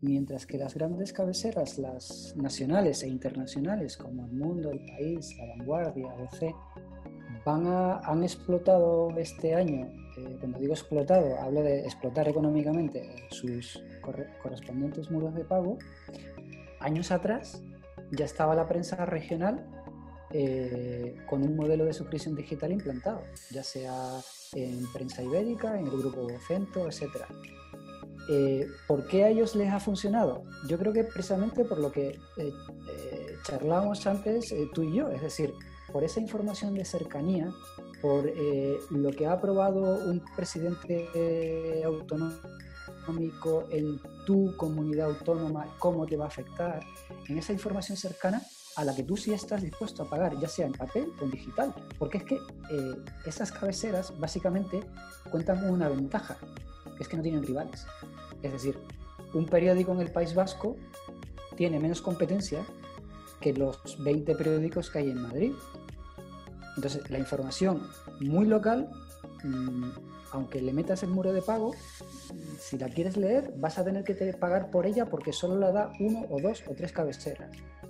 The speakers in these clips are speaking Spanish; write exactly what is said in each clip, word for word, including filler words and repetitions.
mientras que las grandes cabeceras, las nacionales e internacionales, como El Mundo, El País, La Vanguardia, A B C, van a, han explotado este año, eh, cuando digo explotado, hablo de explotar económicamente sus corre, correspondientes muros de pago. Años atrás ya estaba la prensa regional eh, con un modelo de suscripción digital implantado, ya sea en prensa ibérica, en el grupo Vocento, etcétera. Eh, ¿Por qué a ellos les ha funcionado? Yo creo que precisamente por lo que eh, eh, charlábamos antes eh, tú y yo, es decir, por esa información de cercanía, por eh, lo que ha aprobado un presidente eh, autonómico en tu comunidad autónoma, cómo te va a afectar, en esa información cercana a la que tú sí estás dispuesto a pagar, ya sea en papel o en digital, porque es que eh, esas cabeceras básicamente cuentan con una ventaja, que es que no tienen rivales. Es decir, un periódico en el País Vasco tiene menos competencia que los veinte periódicos que hay en Madrid. Entonces, la información muy local, mmm, aunque le metas el muro de pago, si la quieres leer, vas a tener que te pagar por ella porque solo la da uno o dos o tres cabeceras.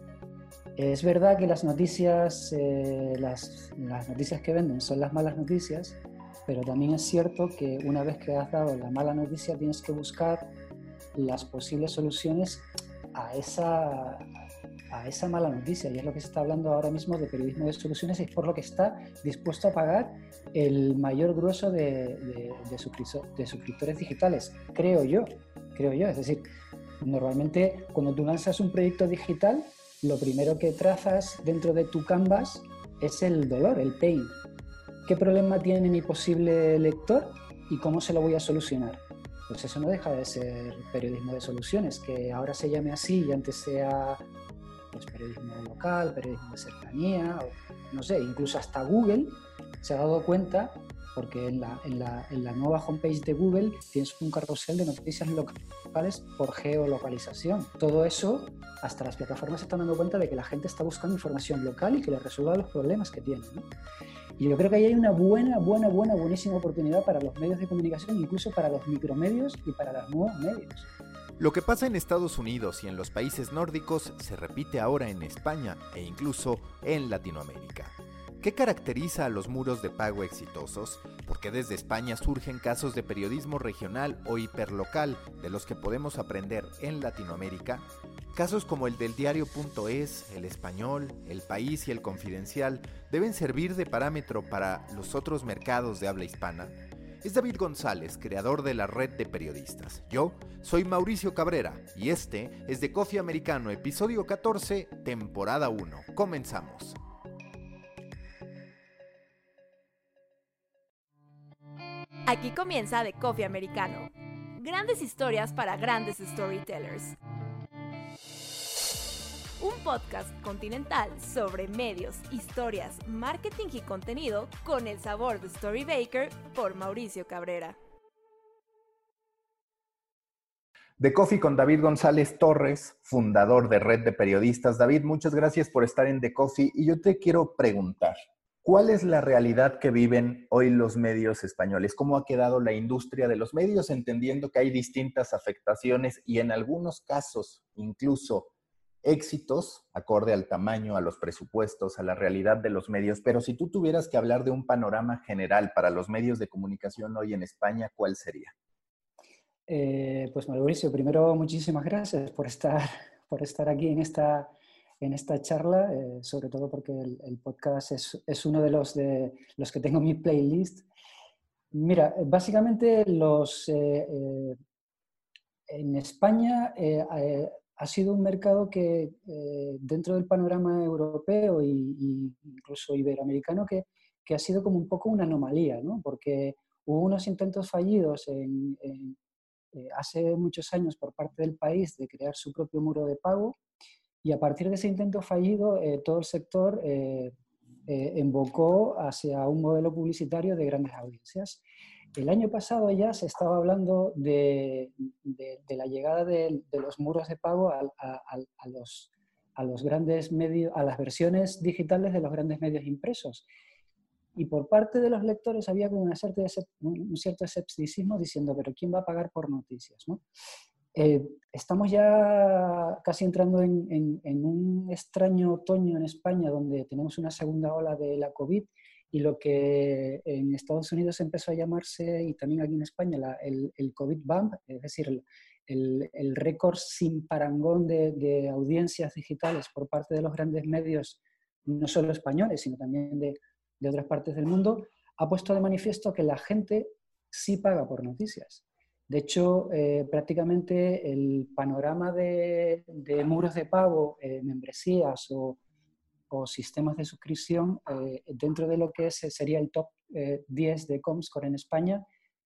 Es verdad que las noticias, eh, las, las noticias que venden son las malas noticias, pero también es cierto que una vez que has dado la mala noticia tienes que buscar las posibles soluciones a esa, a esa mala noticia, y es lo que se está hablando ahora mismo de periodismo de soluciones, y es por lo que está dispuesto a pagar el mayor grueso de, de, de, suscriptores, de suscriptores digitales, creo yo, creo yo. Es decir, normalmente cuando tú lanzas un proyecto digital, lo primero que trazas dentro de tu canvas es el dolor, el pain. ¿Qué problema tiene mi posible lector y cómo se lo voy a solucionar? Pues eso no deja de ser periodismo de soluciones, que ahora se llame así y antes sea pues, periodismo local, periodismo de cercanía, o, no sé, incluso hasta Google se ha dado cuenta, porque en la, en, la, en la nueva homepage de Google tienes un carrusel de noticias locales por geolocalización. Todo eso, hasta las plataformas se están dando cuenta de que la gente está buscando información local y que le resuelva los problemas que tienen, ¿no? Y yo creo que ahí hay una buena, buena, buena, buenísima oportunidad para los medios de comunicación, incluso para los micromedios y para los nuevos medios. Lo que pasa en Estados Unidos y en los países nórdicos se repite ahora en España e incluso en Latinoamérica. ¿Qué caracteriza a los muros de pago exitosos? ¿Por qué desde España surgen casos de periodismo regional o hiperlocal de los que podemos aprender en Latinoamérica? Casos como el del diario punto es, El Español, El País y El Confidencial deben servir de parámetro para los otros mercados de habla hispana. Es David González, creador de la Red de Periodistas. Yo soy Mauricio Cabrera y este es The Coffee Americano, episodio catorce, temporada uno. Comenzamos. Aquí comienza The Coffee Americano. Grandes historias para grandes storytellers. Un podcast continental sobre medios, historias, marketing y contenido con el sabor de Storybaker por Mauricio Cabrera. The Coffee con David González Torres, fundador de Red de Periodistas. David, muchas gracias por estar en The Coffee y yo te quiero preguntar, ¿cuál es la realidad que viven hoy los medios españoles? ¿Cómo ha quedado la industria de los medios? Entendiendo que hay distintas afectaciones y en algunos casos incluso éxitos, acorde al tamaño, a los presupuestos, a la realidad de los medios. Pero si tú tuvieras que hablar de un panorama general para los medios de comunicación hoy en España, ¿cuál sería? Eh, pues Mauricio, primero muchísimas gracias por estar, por estar aquí en esta, en esta charla, eh, sobre todo porque el, el podcast es, es uno de los, de los que tengo en mi playlist. Mira, básicamente los, eh, eh, en España eh, eh, ha sido un mercado que eh, dentro del panorama europeo e incluso iberoamericano que, que ha sido como un poco una anomalía, ¿no? Porque hubo unos intentos fallidos en, en, eh, hace muchos años por parte del país de crear su propio muro de pago, y a partir de ese intento fallido eh, todo el sector eh, eh, embocó hacia un modelo publicitario de grandes audiencias. El año pasado ya se estaba hablando de, de, de la llegada de, de los muros de pago a, a, a, los, a los grandes medios, a las versiones digitales de los grandes medios impresos. Y por parte de los lectores había una cierta, un cierto escepticismo diciendo, pero ¿quién va a pagar por noticias, ¿no? Eh, estamos ya casi entrando en, en, en un extraño otoño en España donde tenemos una segunda ola de la COVID y lo que en Estados Unidos empezó a llamarse, y también aquí en España, la, el, el COVID bump, es decir, el, el, el récord sin parangón de, de audiencias digitales por parte de los grandes medios, no solo españoles, sino también de, de otras partes del mundo, ha puesto de manifiesto que la gente sí paga por noticias. De hecho, eh, prácticamente el panorama de, de muros de pago, eh, membresías o, o sistemas de suscripción eh, dentro de lo que es, sería el top eh, diez de Comscore en España,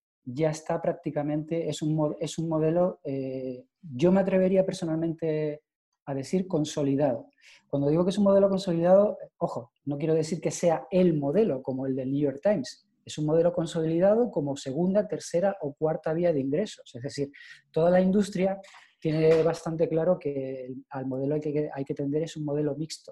ya está prácticamente, es un, es un modelo, eh, yo me atrevería personalmente a decir consolidado. Cuando digo que es un modelo consolidado, ojo, no quiero decir que sea el modelo como el del New York Times. Es un modelo consolidado como segunda, tercera o cuarta vía de ingresos. Es decir, toda la industria tiene bastante claro que al modelo hay que, hay que tender es un modelo mixto.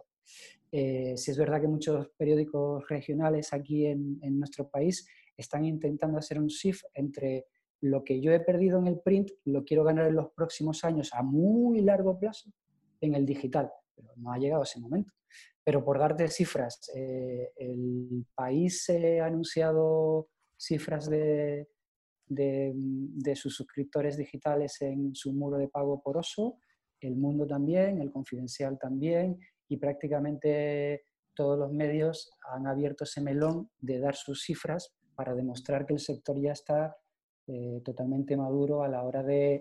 Eh, si es verdad que muchos periódicos regionales aquí en, en nuestro país están intentando hacer un shift entre lo que yo he perdido en el print, lo quiero ganar en los próximos años a muy largo plazo en el digital, pero no ha llegado ese momento. Pero por darte cifras, eh, el país eh, ha anunciado cifras de, de, de sus suscriptores digitales en su muro de pago poroso, El Mundo también, El Confidencial también, y prácticamente todos los medios han abierto ese melón de dar sus cifras para demostrar que el sector ya está eh, totalmente maduro a la hora de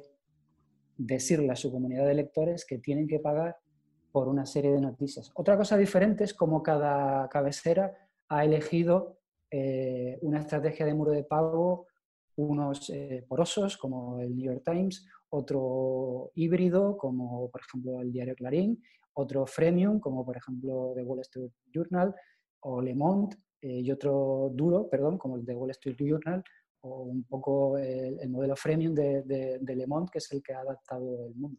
decirle a su comunidad de lectores que tienen que pagar por una serie de noticias. Otra cosa diferente es cómo cada cabecera ha elegido eh, una estrategia de muro de pago, unos eh, porosos como el New York Times, otro híbrido como por ejemplo el diario Clarín, otro freemium como por ejemplo The Wall Street Journal o Le Monde, eh, y otro duro, perdón, como el The Wall Street Journal, o un poco el, el modelo freemium de, de, de Le Monde, que es el que ha adaptado el mundo.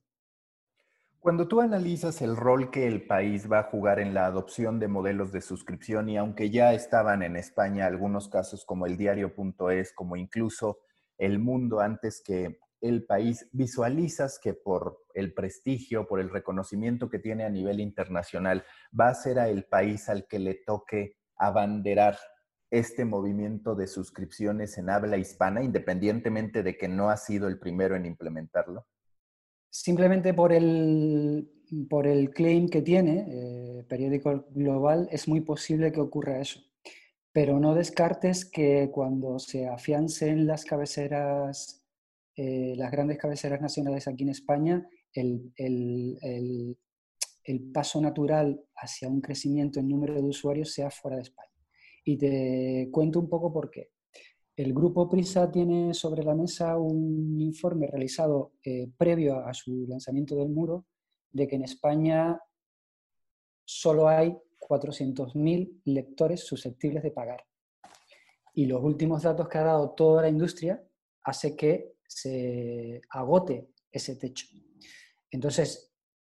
Cuando tú analizas el rol que el país va a jugar en la adopción de modelos de suscripción, y aunque ya estaban en España algunos casos como el diario punto es, como incluso El Mundo antes que el país, visualizas que por el prestigio, por el reconocimiento que tiene a nivel internacional, va a ser a el país al que le toque abanderar este movimiento de suscripciones en habla hispana, independientemente de que no ha sido el primero en implementarlo? Simplemente por el, por el claim que tiene, eh, periódico global, es muy posible que ocurra eso. Pero no descartes que cuando se afiancen las cabeceras, eh, las grandes cabeceras nacionales aquí en España, el, el, el, el paso natural hacia un crecimiento en número de usuarios sea fuera de España. Y te cuento un poco por qué. El grupo Prisa tiene sobre la mesa un informe realizado eh, previo a su lanzamiento del muro de que en España solo hay cuatrocientos mil lectores susceptibles de pagar. Y los últimos datos que ha dado toda la industria hace que se agote ese techo. Entonces,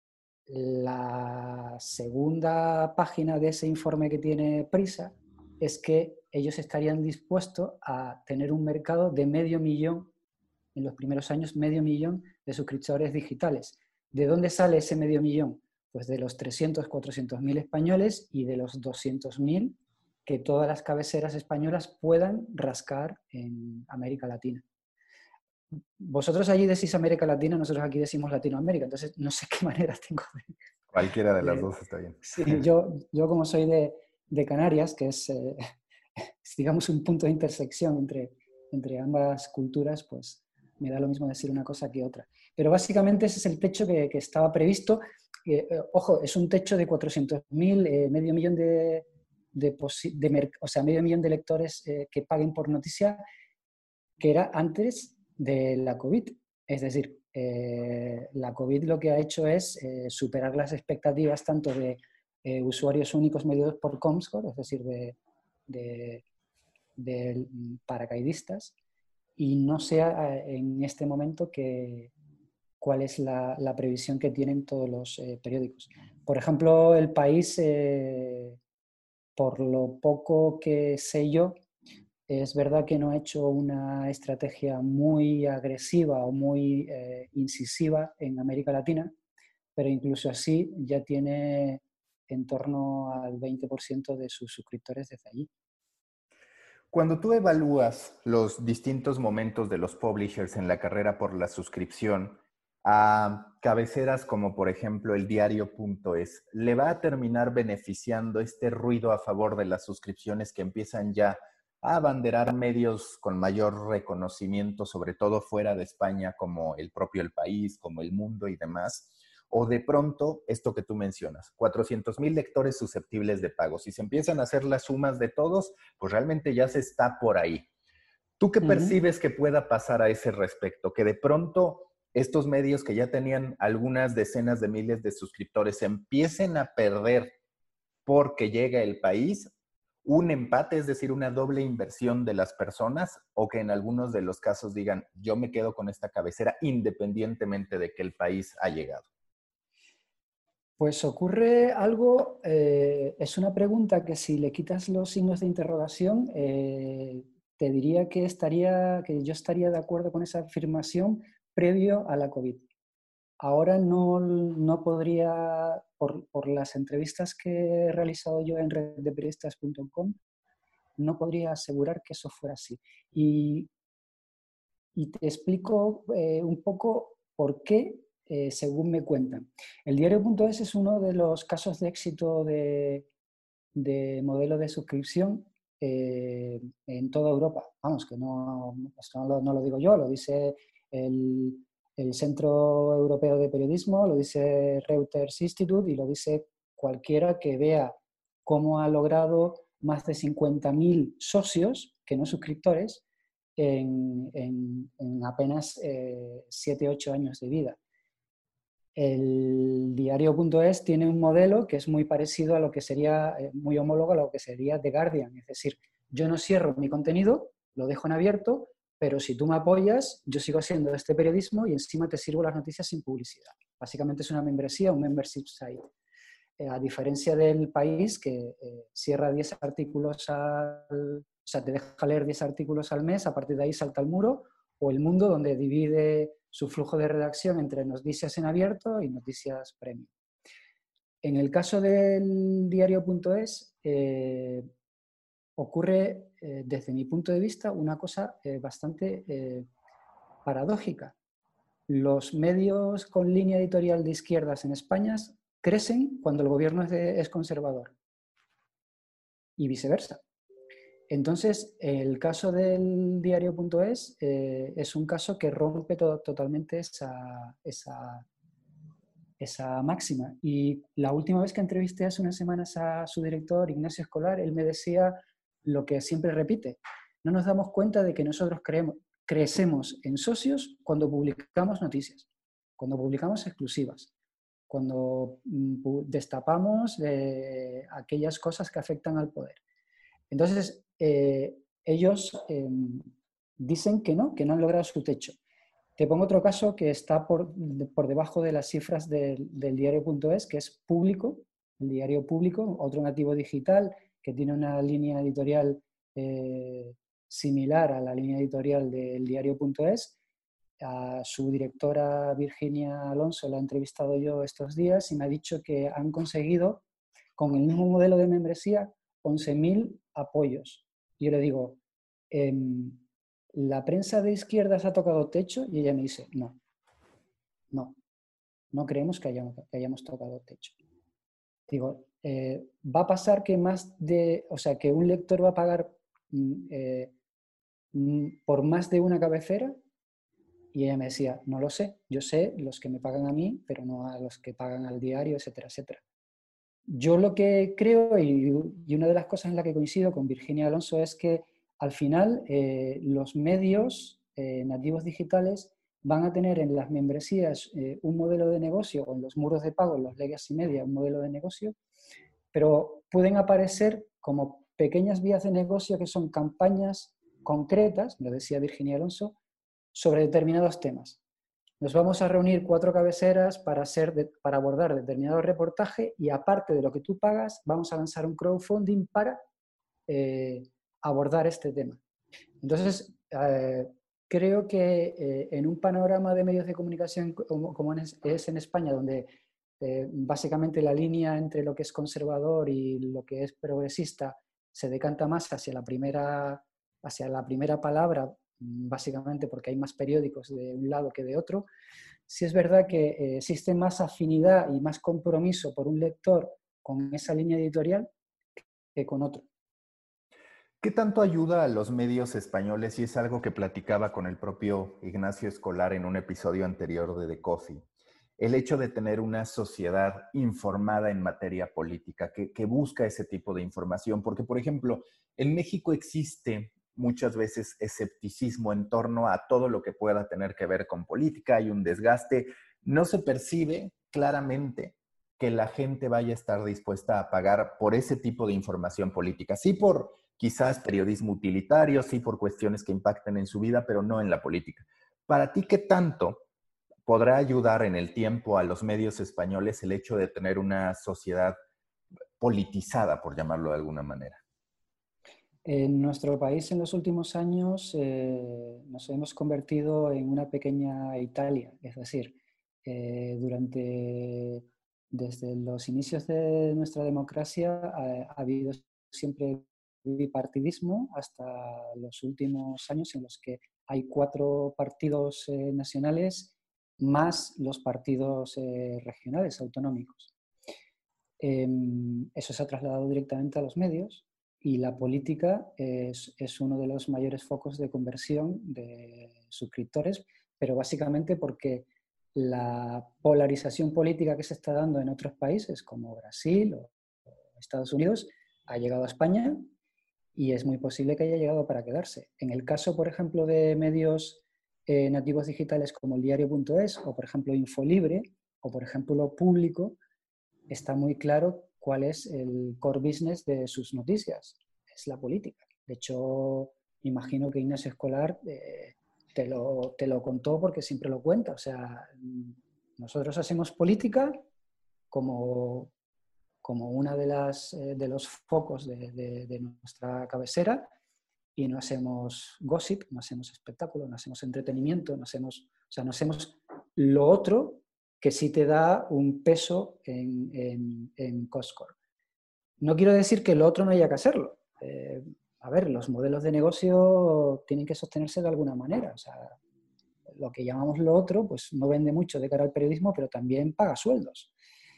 la segunda página de ese informe que tiene Prisa es que ellos estarían dispuestos a tener un mercado de medio millón, en los primeros años, medio millón de suscriptores digitales. ¿De dónde sale ese medio millón? Pues de los trescientos, cuatrocientos mil españoles y de los doscientos mil que todas las cabeceras españolas puedan rascar en América Latina. Vosotros allí decís América Latina, nosotros aquí decimos Latinoamérica, entonces no sé qué manera tengo de... Cualquiera de las de dos está bien. sí, yo, yo como soy de, de Canarias, que es, eh, digamos, un punto de intersección entre, entre ambas culturas, pues me da lo mismo decir una cosa que otra. Pero básicamente ese es el techo que, que estaba previsto. Eh, eh, ojo, es un techo de cuatrocientos mil, eh, medio millón de, de, de, o sea, medio millón de lectores eh, que paguen por noticia, que era antes de la COVID. Es decir, eh, la COVID lo que ha hecho es eh, superar las expectativas tanto de eh, usuarios únicos medidos por Comscore, es decir, de, de, de paracaidistas, y no sé en este momento que, cuál es la, la previsión que tienen todos los eh, periódicos. Por ejemplo, El País, eh, por lo poco que sé yo, Es verdad que no ha hecho una estrategia muy agresiva o muy eh, incisiva en América Latina, pero incluso así ya tiene en torno al veinte por ciento de sus suscriptores desde allí. Cuando tú evalúas los distintos momentos de los publishers en la carrera por la suscripción a cabeceras como por ejemplo el diario punto es, ¿le va a terminar beneficiando este ruido a favor de las suscripciones que empiezan ya a abanderar medios con mayor reconocimiento, sobre todo fuera de España, como el propio El País, como El Mundo y demás? O de pronto, esto que tú mencionas, cuatrocientos mil lectores susceptibles de pago. Si se empiezan a hacer las sumas de todos, pues realmente ya se está por ahí. ¿Tú qué Uh-huh. percibes que pueda pasar a ese respecto? Que de pronto estos medios que ya tenían algunas decenas de miles de suscriptores empiecen a perder porque llega El País, un empate, es decir, una doble inversión de las personas, o que en algunos de los casos digan, yo me quedo con esta cabecera independientemente de que El País ha llegado. Pues ocurre algo, eh, es una pregunta que si le quitas los signos de interrogación, eh, te diría que, estaría, que yo estaría de acuerdo con esa afirmación previo a la COVID. Ahora no, no podría, por, por las entrevistas que he realizado yo en red de periodistas punto com, no podría asegurar que eso fuera así. Y, y te explico eh, un poco por qué, eh, según me cuentan. El diario punto es es uno de los casos de éxito de, de modelo de suscripción eh, en toda Europa. Vamos, que no, esto no, lo, no lo digo yo, lo dice el, el Centro Europeo de Periodismo, lo dice Reuters Institute y lo dice cualquiera que vea cómo ha logrado más de cincuenta mil socios, que no suscriptores, en, en, en apenas siete u ocho años de vida. El diario punto es tiene un modelo que es muy parecido a lo que sería, eh, muy homólogo a lo que sería The Guardian. Es decir, yo no cierro mi contenido, lo dejo en abierto, pero si tú me apoyas, yo sigo haciendo este periodismo y encima te sirvo las noticias sin publicidad. Básicamente es una membresía, un membership site. Eh, a diferencia del País, que eh, cierra diez artículos al... O sea, te deja leer diez artículos al mes, a partir de ahí salta al muro, o El Mundo, donde divide su flujo de redacción entre noticias en abierto y noticias premium. En el caso del diario punto es, eh, ocurre, eh, desde mi punto de vista, una cosa eh, bastante eh, paradójica. Los medios con línea editorial de izquierdas en España crecen cuando el gobierno es, de, es conservador y viceversa. Entonces, el caso del diario punto es eh, es un caso que rompe todo, totalmente esa, esa, esa máxima. Y la última vez que entrevisté hace unas semanas a su director, Ignacio Escolar, él me decía lo que siempre repite. No nos damos cuenta de que nosotros creemos, crecemos en socios cuando publicamos noticias, cuando publicamos exclusivas, cuando destapamos eh, aquellas cosas que afectan al poder. Entonces, eh, ellos eh, dicen que no, que no han logrado su techo. Te pongo otro caso que está por, por debajo de las cifras del, del diario punto es, que es Público, el diario Público, otro nativo digital que tiene una línea editorial eh, similar a la línea editorial del diario punto es. A su directora Virginia Alonso la he entrevistado yo estos días y me ha dicho que han conseguido, con el mismo modelo de membresía, once mil apoyos. Yo le digo, eh, ¿la prensa de izquierdas ha tocado techo? Y ella me dice, no, no, no creemos que hayamos, que hayamos tocado techo. Digo, eh, ¿va a pasar que más de, o sea, que un lector va a pagar eh, por más de una cabecera? Y ella me decía, no lo sé, yo sé los que me pagan a mí, pero no a los que pagan al diario, etcétera, etcétera. Yo lo que creo, y, y una de las cosas en la que coincido con Virginia Alonso, es que al final eh, los medios eh, nativos digitales van a tener en las membresías eh, un modelo de negocio, o en los muros de pago, en los legacy media, un modelo de negocio, pero pueden aparecer como pequeñas vías de negocio que son campañas concretas, lo decía Virginia Alonso, sobre determinados temas. Nos vamos a reunir cuatro cabeceras para, hacer de, para abordar determinado reportaje y aparte de lo que tú pagas, vamos a lanzar un crowdfunding para eh, abordar este tema. Entonces, eh, creo que eh, en un panorama de medios de comunicación como, como es, es en España, donde eh, básicamente la línea entre lo que es conservador y lo que es progresista se decanta más hacia la primera, hacia la primera palabra, básicamente porque hay más periódicos de un lado que de otro, sí es verdad que eh, existe más afinidad y más compromiso por un lector con esa línea editorial que con otro. ¿Qué tanto ayuda a los medios españoles? Y es algo que platicaba con el propio Ignacio Escolar en un episodio anterior de The Coffee. El hecho de tener una sociedad informada en materia política, que, que busca ese tipo de información. Porque, por ejemplo, en México existe muchas veces escepticismo en torno a todo lo que pueda tener que ver con política. Hay un desgaste. No se percibe claramente que la gente vaya a estar dispuesta a pagar por ese tipo de información política. Sí por quizás periodismo utilitario, sí por cuestiones que impacten en su vida, pero no en la política. Para ti, ¿qué tanto podrá ayudar en el tiempo a los medios españoles el hecho de tener una sociedad politizada, por llamarlo de alguna manera? En nuestro país en los últimos años eh, nos hemos convertido en una pequeña Italia, es decir, eh, durante, desde los inicios de nuestra democracia ha, ha habido siempre bipartidismo hasta los últimos años en los que hay cuatro partidos eh, nacionales más los partidos eh, regionales autonómicos. Eh, eso se ha trasladado directamente a los medios y la política es, es uno de los mayores focos de conversión de suscriptores, pero básicamente porque la polarización política que se está dando en otros países como Brasil o Estados Unidos ha llegado a España y es muy posible que haya llegado para quedarse. En el caso, por ejemplo, de medios eh, nativos digitales como el diario punto es o, por ejemplo, Infolibre o, por ejemplo, Público, está muy claro cuál es el core business de sus noticias. Es la política. De hecho, imagino que Ignacio Escolar eh, te, lo, te lo contó porque siempre lo cuenta. O sea, nosotros hacemos política como, como una de, las, eh, de los focos de, de, de nuestra cabecera y no hacemos gossip, no hacemos espectáculo, no hacemos entretenimiento, no hacemos, o sea, no hacemos lo otro que sí te da un peso en, en, en Costcore. No quiero decir que lo otro no haya que hacerlo. Eh, a ver, los modelos de negocio tienen que sostenerse de alguna manera. O sea, lo que llamamos lo otro, pues no vende mucho de cara al periodismo, pero también paga sueldos.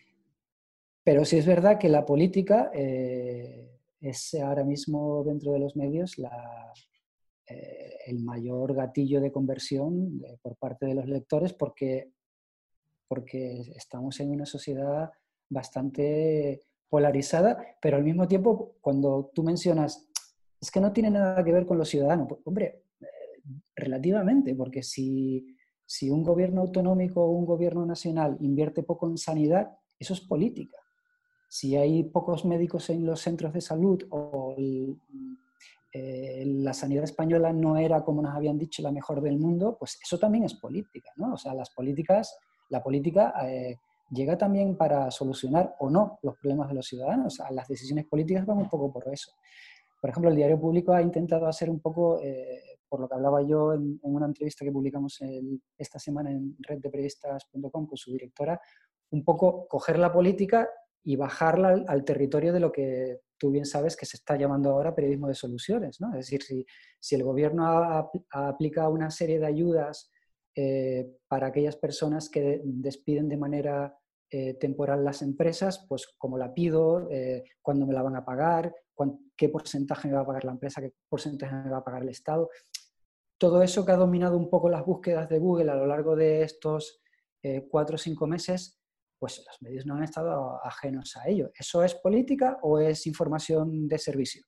Pero sí es verdad que la política eh, es ahora mismo dentro de los medios la, eh, el mayor gatillo de conversión de, por parte de los lectores porque, porque estamos en una sociedad bastante polarizada, pero al mismo tiempo cuando tú mencionas es que no tiene nada que ver con los ciudadanos, pues, hombre, eh, relativamente, porque si, si un gobierno autonómico o un gobierno nacional invierte poco en sanidad, eso es política. Si hay pocos médicos en los centros de salud o el, eh, la sanidad española no era, como nos habían dicho, la mejor del mundo, pues eso también es política, ¿no? O sea, las políticas, la política eh, llega también para solucionar o no los problemas de los ciudadanos. O sea, las decisiones políticas van un poco por eso. Por ejemplo, el Diario Público ha intentado hacer un poco, eh, por lo que hablaba yo en, en una entrevista que publicamos el, esta semana en red de periodistas punto com con su directora, un poco coger la política y bajarla al, al territorio de lo que tú bien sabes que se está llamando ahora periodismo de soluciones, ¿no? Es decir, si, si el gobierno ha, ha aplica una serie de ayudas eh, para aquellas personas que despiden de manera eh, temporal las empresas, pues cómo la pido, eh, cuándo me la van a pagar, cuán, qué porcentaje me va a pagar la empresa, qué porcentaje me va a pagar el Estado. Todo eso que ha dominado un poco las búsquedas de Google a lo largo de estos eh, cuatro o cinco meses, pues los medios no han estado ajenos a ello. ¿Eso es política o es información de servicio?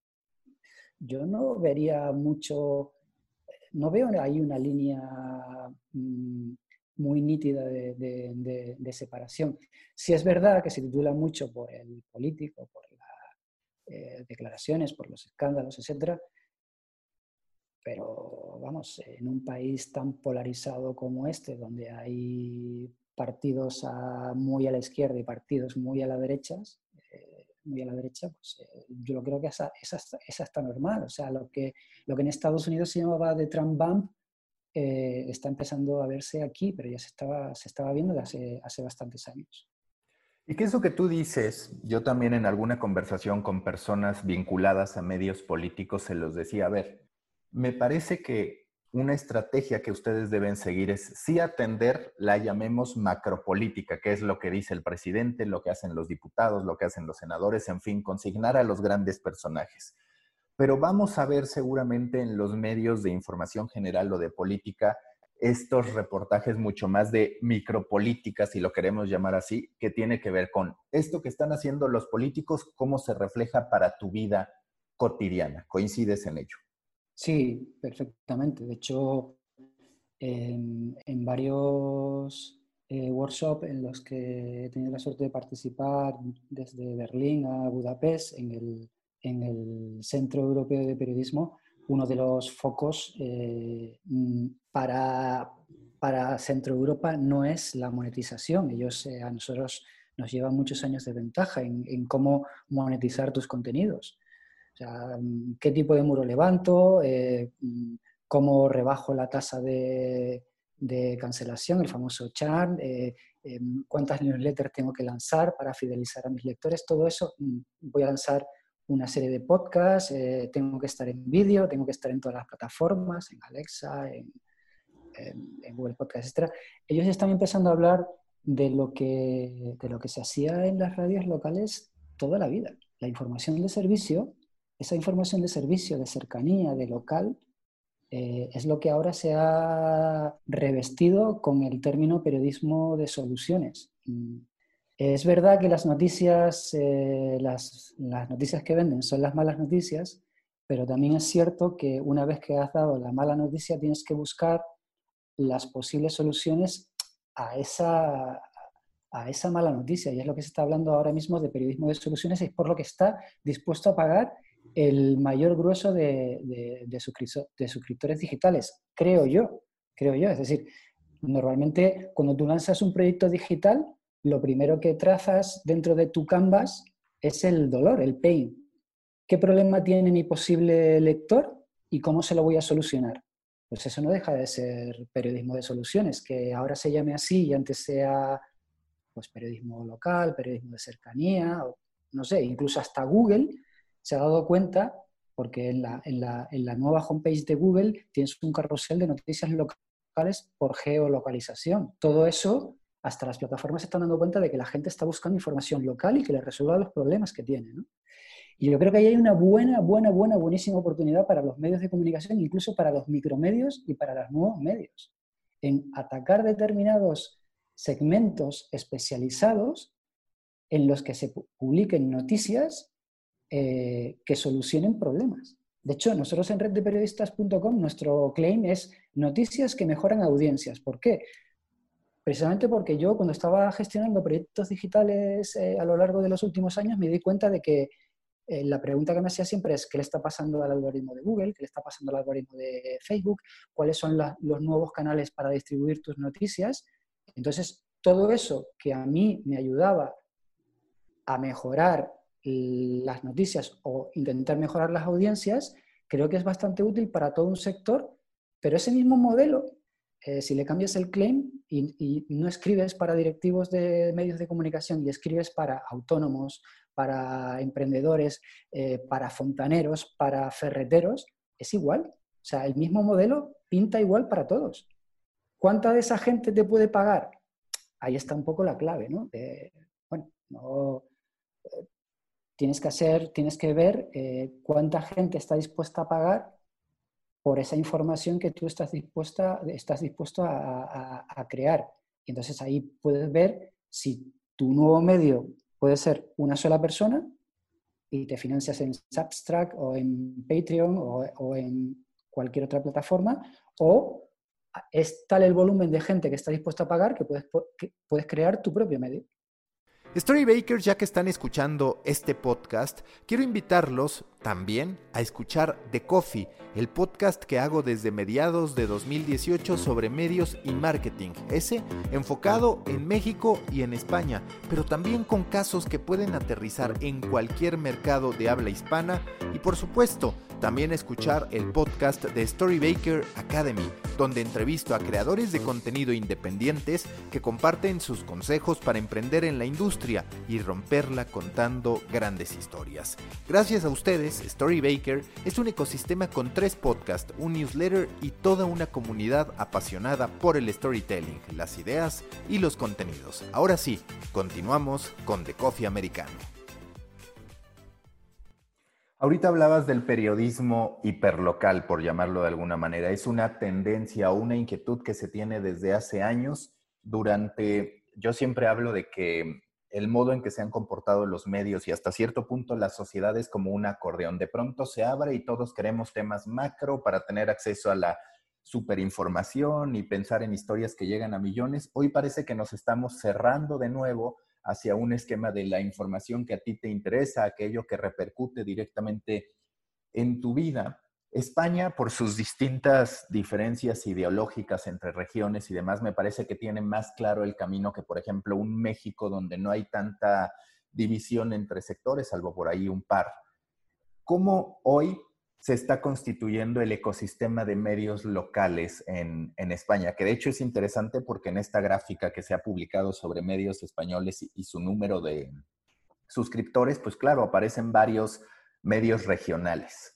Yo no vería mucho, no veo ahí una línea mmm, muy nítida de, de, de, de separación. Sí es verdad que se titula mucho por el político, por las eh, declaraciones, por los escándalos, etcétera, pero vamos, en un país tan polarizado como este, donde hay partidos a, muy a la izquierda y partidos muy a la derecha, eh, muy a la derecha, pues eh, yo lo creo que esa, esa, esa está normal. O sea, lo que, lo que en Estados Unidos se llamaba de Trump Bump eh, está empezando a verse aquí, pero ya se estaba, se estaba viendo de hace, hace bastantes años. Y que eso que tú dices, yo también en alguna conversación con personas vinculadas a medios políticos se los decía, a ver, me parece que una estrategia que ustedes deben seguir es sí atender, la llamemos macropolítica, que es lo que dice el presidente, lo que hacen los diputados, lo que hacen los senadores, en fin, consignar a los grandes personajes. Pero vamos a ver seguramente en los medios de información general o de política estos reportajes mucho más de micropolítica, si lo queremos llamar así, que tiene que ver con esto que están haciendo los políticos, cómo se refleja para tu vida cotidiana. ¿Coincides en ello? Sí, perfectamente. De hecho, en, en varios eh, workshops en los que he tenido la suerte de participar, desde Berlín a Budapest, en el, en el Centro Europeo de Periodismo, uno de los focos eh, para, para Centro Europa no es la monetización. Ellos eh, a nosotros nos llevan muchos años de ventaja en, en cómo monetizar tus contenidos. O sea, qué tipo de muro levanto, eh, cómo rebajo la tasa de, de cancelación, el famoso churn, eh, eh, cuántas newsletters tengo que lanzar para fidelizar a mis lectores, todo eso. Voy a lanzar una serie de podcasts, eh, tengo que estar en vídeo, tengo que estar en todas las plataformas, en Alexa, en, en, en Google Podcast, etcétera. Ellos están empezando a hablar de lo que, de lo que se hacía en las radios locales toda la vida. La información de servicio, esa información de servicio, de cercanía, de local, eh, es lo que ahora se ha revestido con el término periodismo de soluciones. Es verdad que las noticias, eh, las, las noticias que venden son las malas noticias, pero también es cierto que una vez que has dado la mala noticia tienes que buscar las posibles soluciones a esa, a esa mala noticia. Y es lo que se está hablando ahora mismo de periodismo de soluciones, y es por lo que está dispuesto a pagar el mayor grueso de, de, de, suscriptores, de suscriptores digitales, creo yo, creo yo. Es decir, normalmente cuando tú lanzas un proyecto digital, lo primero que trazas dentro de tu canvas es el dolor, el pain. ¿Qué problema tiene mi posible lector y cómo se lo voy a solucionar? Pues eso no deja de ser periodismo de soluciones, que ahora se llame así y antes sea pues, periodismo local, periodismo de cercanía, o, no sé, incluso hasta Google se ha dado cuenta, porque en la, en, la, en la nueva homepage de Google tienes un carrusel de noticias locales por geolocalización. Todo eso, hasta las plataformas se están dando cuenta de que la gente está buscando información local y que le resuelva los problemas que tiene, ¿no? Y yo creo que ahí hay una buena, buena, buena, buenísima oportunidad para los medios de comunicación, incluso para los micromedios y para los nuevos medios, en atacar determinados segmentos especializados en los que se publiquen noticias Eh, que solucionen problemas. De hecho, nosotros en red de periodistas punto com, nuestro claim es noticias que mejoran audiencias. ¿Por qué? Precisamente porque yo, cuando estaba gestionando proyectos digitales eh, a lo largo de los últimos años, me di cuenta de que eh, la pregunta que me hacía siempre es ¿qué le está pasando al algoritmo de Google? ¿Qué le está pasando al algoritmo de Facebook? ¿Cuáles son la, los nuevos canales para distribuir tus noticias? Entonces, todo eso que a mí me ayudaba a mejorar las noticias o intentar mejorar las audiencias, creo que es bastante útil para todo un sector, pero ese mismo modelo, eh, si le cambias el claim y, y no escribes para directivos de medios de comunicación y escribes para autónomos, para emprendedores, eh, para fontaneros, para ferreteros, es igual. O sea, el mismo modelo pinta igual para todos. ¿Cuánta de esa gente te puede pagar? Ahí está un poco la clave, ¿no? De, bueno, no... Eh, Tienes que hacer, tienes que ver eh, cuánta gente está dispuesta a pagar por esa información que tú estás, dispuesta, estás dispuesto a, a, a crear. Y entonces ahí puedes ver si tu nuevo medio puede ser una sola persona y te financias en Substack o en Patreon o, o en cualquier otra plataforma, o es tal el volumen de gente que está dispuesta a pagar que puedes, que puedes crear tu propio medio. Storybakers, ya que están escuchando este podcast, quiero invitarlos También a escuchar The Coffee, el podcast que hago desde mediados de dos mil dieciocho sobre medios y marketing, ese enfocado en México y en España, pero también con casos que pueden aterrizar en cualquier mercado de habla hispana y por supuesto, también escuchar el podcast de Storybaker Academy, donde entrevisto a creadores de contenido independientes que comparten sus consejos para emprender en la industria y romperla contando grandes historias. Gracias a ustedes, Storybaker es un ecosistema con tres podcasts, un newsletter y toda una comunidad apasionada por el storytelling, las ideas y los contenidos. Ahora sí, continuamos con The Coffee Americano. Ahorita hablabas del periodismo hiperlocal, por llamarlo de alguna manera. Es una tendencia o una inquietud que se tiene desde hace años. Durante, yo siempre hablo de que el modo en que se han comportado los medios y hasta cierto punto la sociedad es como un acordeón. De pronto se abre y todos queremos temas macro para tener acceso a la superinformación y pensar en historias que llegan a millones. Hoy parece que nos estamos cerrando de nuevo hacia un esquema de la información que a ti te interesa, aquello que repercute directamente en tu vida. España, por sus distintas diferencias ideológicas entre regiones y demás, me parece que tiene más claro el camino que, por ejemplo, un México donde no hay tanta división entre sectores, salvo por ahí un par. ¿Cómo hoy se está constituyendo el ecosistema de medios locales en, en España? Que de hecho es interesante porque en esta gráfica que se ha publicado sobre medios españoles y, y su número de suscriptores, pues claro, aparecen varios medios regionales.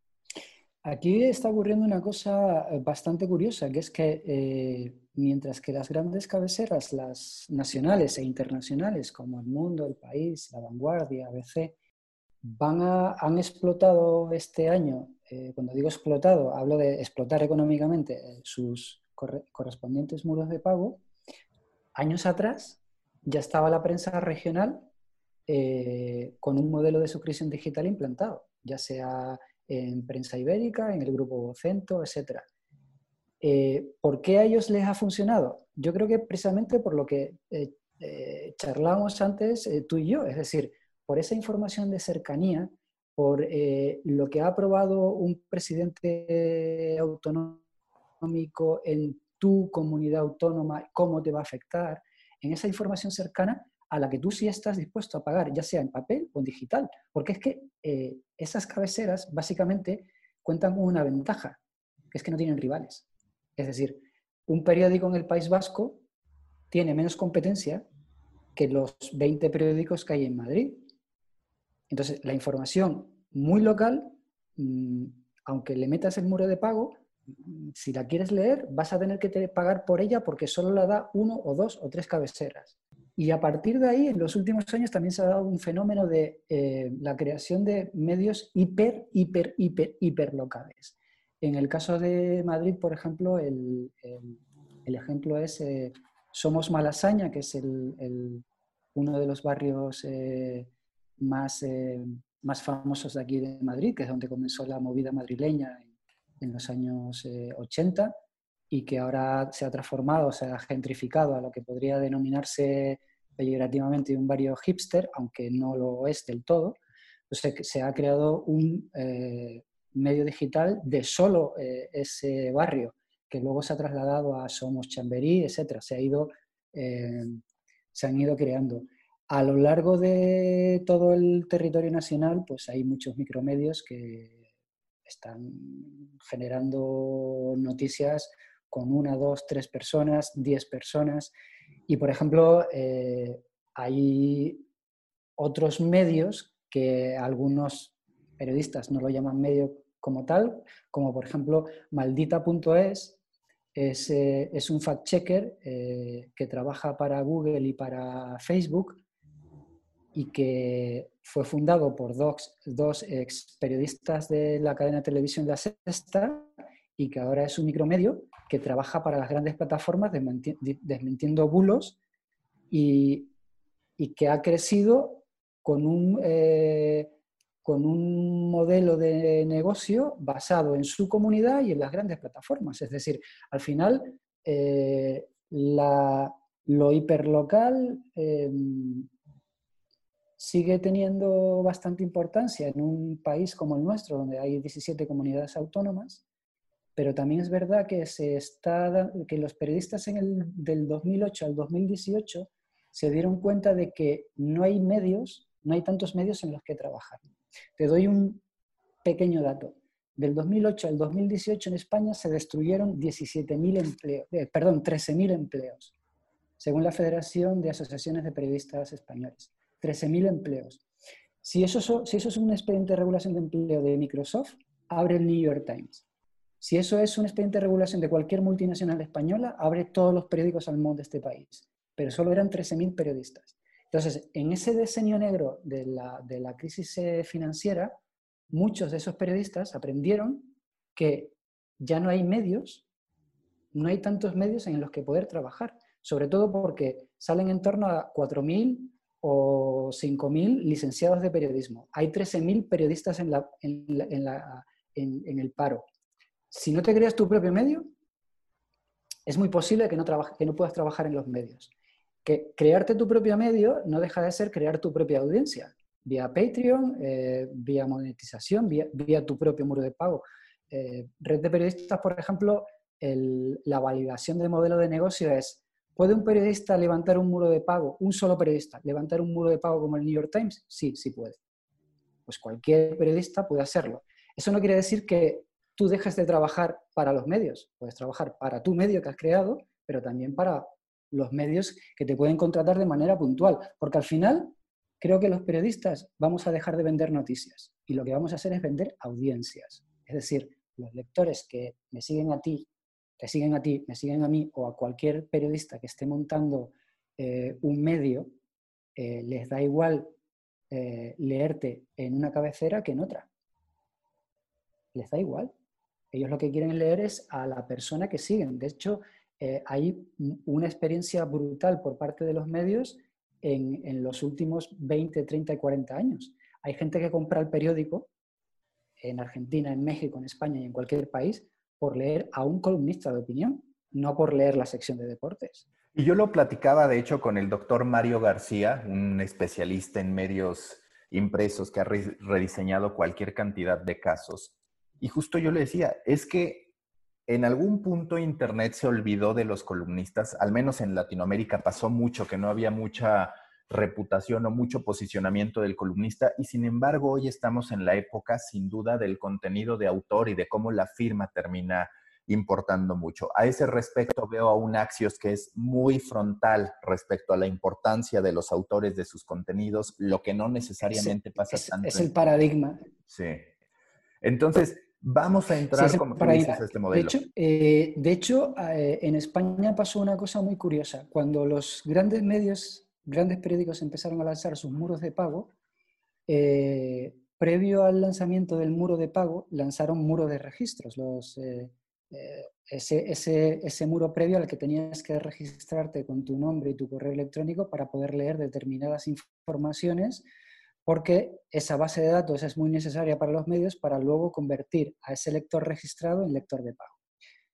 Aquí está ocurriendo una cosa bastante curiosa, que es que eh, mientras que las grandes cabeceras, las nacionales e internacionales, como El Mundo, El País, La Vanguardia, A B C, van a, han explotado este año, eh, cuando digo explotado, hablo de explotar económicamente eh, sus corre, correspondientes muros de pago. Años atrás ya estaba la prensa regional eh, con un modelo de suscripción digital implantado, ya sea en Prensa Ibérica, en el Grupo Vocento, etcétera. Eh, ¿Por qué a ellos les ha funcionado? Yo creo que precisamente por lo que eh, eh, charlábamos antes eh, tú y yo, es decir, por esa información de cercanía, por eh, lo que ha aprobado un presidente autonómico en tu comunidad autónoma, cómo te va a afectar, en esa información cercana a la que tú sí estás dispuesto a pagar, ya sea en papel o en digital. Porque es que eh, esas cabeceras básicamente cuentan con una ventaja, que es que no tienen rivales. Es decir, un periódico en el País Vasco tiene menos competencia que los veinte periódicos que hay en Madrid. Entonces, la información muy local, mmm, aunque le metas el muro de pago, si la quieres leer, vas a tener que te pagar por ella porque solo la da uno o dos o tres cabeceras. Y a partir de ahí, en los últimos años también se ha dado un fenómeno de eh, la creación de medios hiper, hiper, hiper, hiper locales. En el caso de Madrid, por ejemplo, el, el, el ejemplo es eh, Somos Malasaña, que es el, el, uno de los barrios eh, más, eh, más famosos de aquí de Madrid, que es donde comenzó la movida madrileña en, en los años eh, ochenta, y que ahora se ha transformado, se ha gentrificado a lo que podría denominarse peyorativamente un barrio hipster, aunque no lo es del todo. Entonces, se ha creado un eh, medio digital de solo eh, ese barrio, que luego se ha trasladado a Somos Chamberí, etcétera. Se ha ido, eh, se han ido creando. A lo largo de todo el territorio nacional, pues hay muchos micromedios que están generando noticias con una, dos, tres personas, diez personas. Y, por ejemplo, eh, hay otros medios que algunos periodistas no lo llaman medio como tal, como por ejemplo Maldita punto es, es, eh, es un fact-checker eh, que trabaja para Google y para Facebook y que fue fundado por dos, dos ex periodistas de la cadena de televisión La Sexta y que ahora es un micromedio que trabaja para las grandes plataformas desmenti desmintiendo bulos y, y que ha crecido con un, eh, con un modelo de negocio basado en su comunidad y en las grandes plataformas. Es decir, al final, eh, la, lo hiperlocal eh, sigue teniendo bastante importancia en un país como el nuestro, donde hay diecisiete comunidades autónomas, pero también es verdad que, se está, que los periodistas en el, del dos mil ocho al dos mil dieciocho se dieron cuenta de que no hay medios, no hay tantos medios en los que trabajar. Te doy un pequeño dato. Del dos mil ocho al dos mil dieciocho en España se destruyeron diecisiete mil empleos, eh, perdón, trece mil empleos, según la Federación de Asociaciones de Periodistas Españoles. trece mil empleos. Si eso, so, si eso es un expediente de regulación de empleo de Microsoft, abre el New York Times. Si eso es un expediente de regulación de cualquier multinacional española, abre todos los periódicos al mundo de este país. Pero solo eran trece mil periodistas. Entonces, en ese decenio negro de la, de la crisis financiera, muchos de esos periodistas aprendieron que ya no hay medios, no hay tantos medios en los que poder trabajar, sobre todo porque salen en torno a cuatro mil o cinco mil licenciados de periodismo. Hay trece mil periodistas en, la, en, la, en, la, en, en el paro. Si no te creas tu propio medio, es muy posible que no, trabaje, que no puedas trabajar en los medios. Que crearte tu propio medio no deja de ser crear tu propia audiencia, vía Patreon, eh, vía monetización, vía, vía tu propio muro de pago. Eh, Red de Periodistas, por ejemplo, el, la validación del modelo de negocio es, ¿puede un periodista levantar un muro de pago, un solo periodista, levantar un muro de pago como el New York Times? Sí, sí puede. Pues cualquier periodista puede hacerlo. Eso no quiere decir que tú dejes de trabajar para los medios. Puedes trabajar para tu medio que has creado, pero también para los medios que te pueden contratar de manera puntual. Porque al final, creo que los periodistas vamos a dejar de vender noticias y lo que vamos a hacer es vender audiencias. Es decir, los lectores que me siguen a ti, te siguen a ti, me siguen a mí o a cualquier periodista que esté montando eh, un medio, eh, les da igual eh, leerte en una cabecera que en otra. Les da igual. Ellos lo que quieren leer es a la persona que siguen. De hecho, eh, hay una experiencia brutal por parte de los medios en, en los últimos veinte, treinta y cuarenta años. Hay gente que compra el periódico en Argentina, en México, en España y en cualquier país por leer a un columnista de opinión, no por leer la sección de deportes. Y yo lo platicaba, de hecho, con el doctor Mario García, un especialista en medios impresos que ha re rediseñado cualquier cantidad de casos. Y justo yo le decía, es que en algún punto Internet se olvidó de los columnistas, al menos en Latinoamérica pasó mucho, que no había mucha reputación o mucho posicionamiento del columnista, y sin embargo hoy estamos en la época sin duda del contenido de autor y de cómo la firma termina importando mucho. A ese respecto veo a un Axios que es muy frontal respecto a la importancia de los autores de sus contenidos, lo que no necesariamente es, pasa es, tanto. Es el paradigma. Sí. Entonces, vamos a entrar, sí, como tú dices, a este modelo. De hecho, eh, de hecho eh, en España pasó una cosa muy curiosa. Cuando los grandes medios, grandes periódicos empezaron a lanzar sus muros de pago, eh, previo al lanzamiento del muro de pago, lanzaron muros de registros. Los, eh, eh, ese, ese, ese muro previo al que tenías que registrarte con tu nombre y tu correo electrónico para poder leer determinadas informaciones, porque esa base de datos es muy necesaria para los medios para luego convertir a ese lector registrado en lector de pago.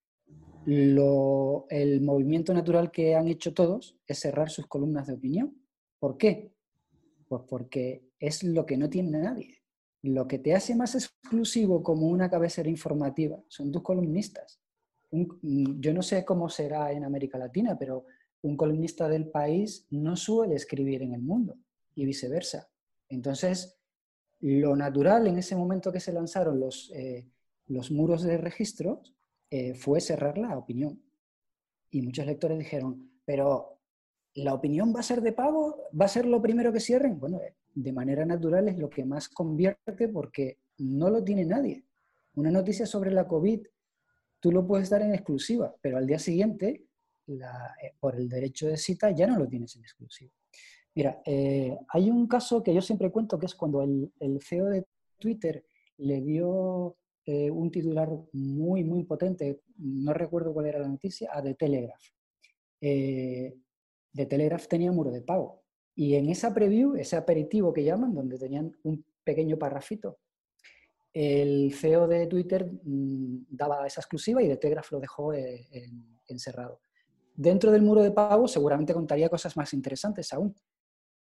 Lo, el movimiento natural que han hecho todos es cerrar sus columnas de opinión. ¿Por qué? Pues porque es lo que no tiene nadie. Lo que te hace más exclusivo como una cabecera informativa son tus columnistas. Un, yo no sé cómo será en América Latina, pero un columnista del País no suele escribir en El Mundo y viceversa. Entonces, lo natural en ese momento que se lanzaron los, eh, los muros de registro eh, fue cerrar la opinión. Y muchos lectores dijeron, pero ¿la opinión va a ser de pago? ¿Va a ser lo primero que cierren? Bueno, de manera natural es lo que más convierte porque no lo tiene nadie. Una noticia sobre la COVID, tú lo puedes dar en exclusiva, pero al día siguiente, la, eh, por el derecho de cita, ya no lo tienes en exclusiva. Mira, eh, hay un caso que yo siempre cuento que es cuando el, el C E O de Twitter le dio eh, un titular muy, muy potente, no recuerdo cuál era la noticia, a The Telegraph. Eh, The Telegraph tenía muro de pago. Y en esa preview, ese aperitivo que llaman, donde tenían un pequeño parrafito, el C E O de Twitter mmm, daba esa exclusiva y The Telegraph lo dejó eh, en, encerrado. Dentro del muro de pago seguramente contaría cosas más interesantes aún.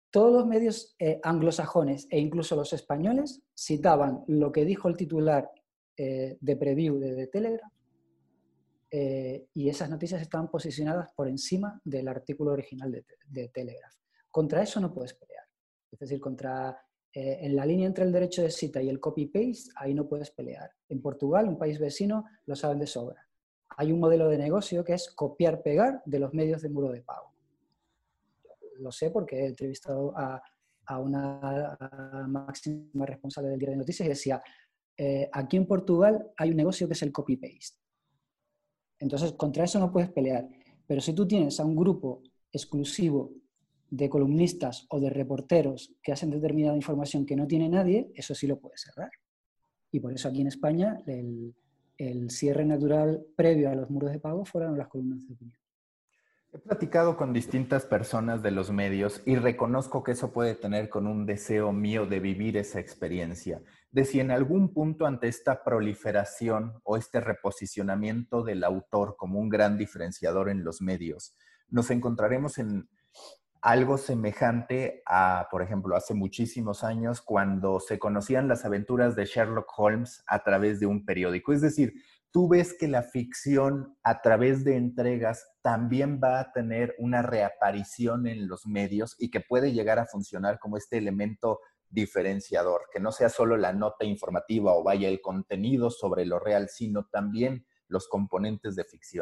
todos los medios eh, anglosajones e incluso los españoles citaban lo que dijo el titular eh, de preview de, de Telegram, eh, y esas noticias estaban posicionadas por encima del artículo original de, de Telegraph. Contra eso no puedes pelear. Es decir, contra, eh, en la línea entre el derecho de cita y el copy-paste, ahí no puedes pelear. En Portugal, un país vecino, lo saben de sobra. Hay un modelo de negocio que es copiar-pegar de los medios de muro de pago. Lo sé porque he entrevistado a, a una a máxima responsable del diario de noticias y decía, eh, aquí en Portugal hay un negocio que es el copy-paste. Entonces, contra eso no puedes pelear. Pero si tú tienes a un grupo exclusivo de columnistas o de reporteros que hacen determinada información que no tiene nadie, eso sí lo puedes cerrar. Y por eso aquí en España el, el cierre natural previo a los muros de pago fueron las columnas de opinión. He platicado con distintas personas de los medios y reconozco que eso puede tener con un deseo mío de vivir esa experiencia, de si en algún punto ante esta proliferación o este reposicionamiento del autor como un gran diferenciador en los medios, nos encontraremos en algo semejante a, por ejemplo, hace muchísimos años cuando se conocían las aventuras de Sherlock Holmes a través de un periódico. Es decir, ¿tú ves que la ficción a través de entregas también va a tener una reaparición en los medios y que puede llegar a funcionar como este elemento diferenciador? Que no sea solo la nota informativa o vaya el contenido sobre lo real, sino también los componentes de ficción.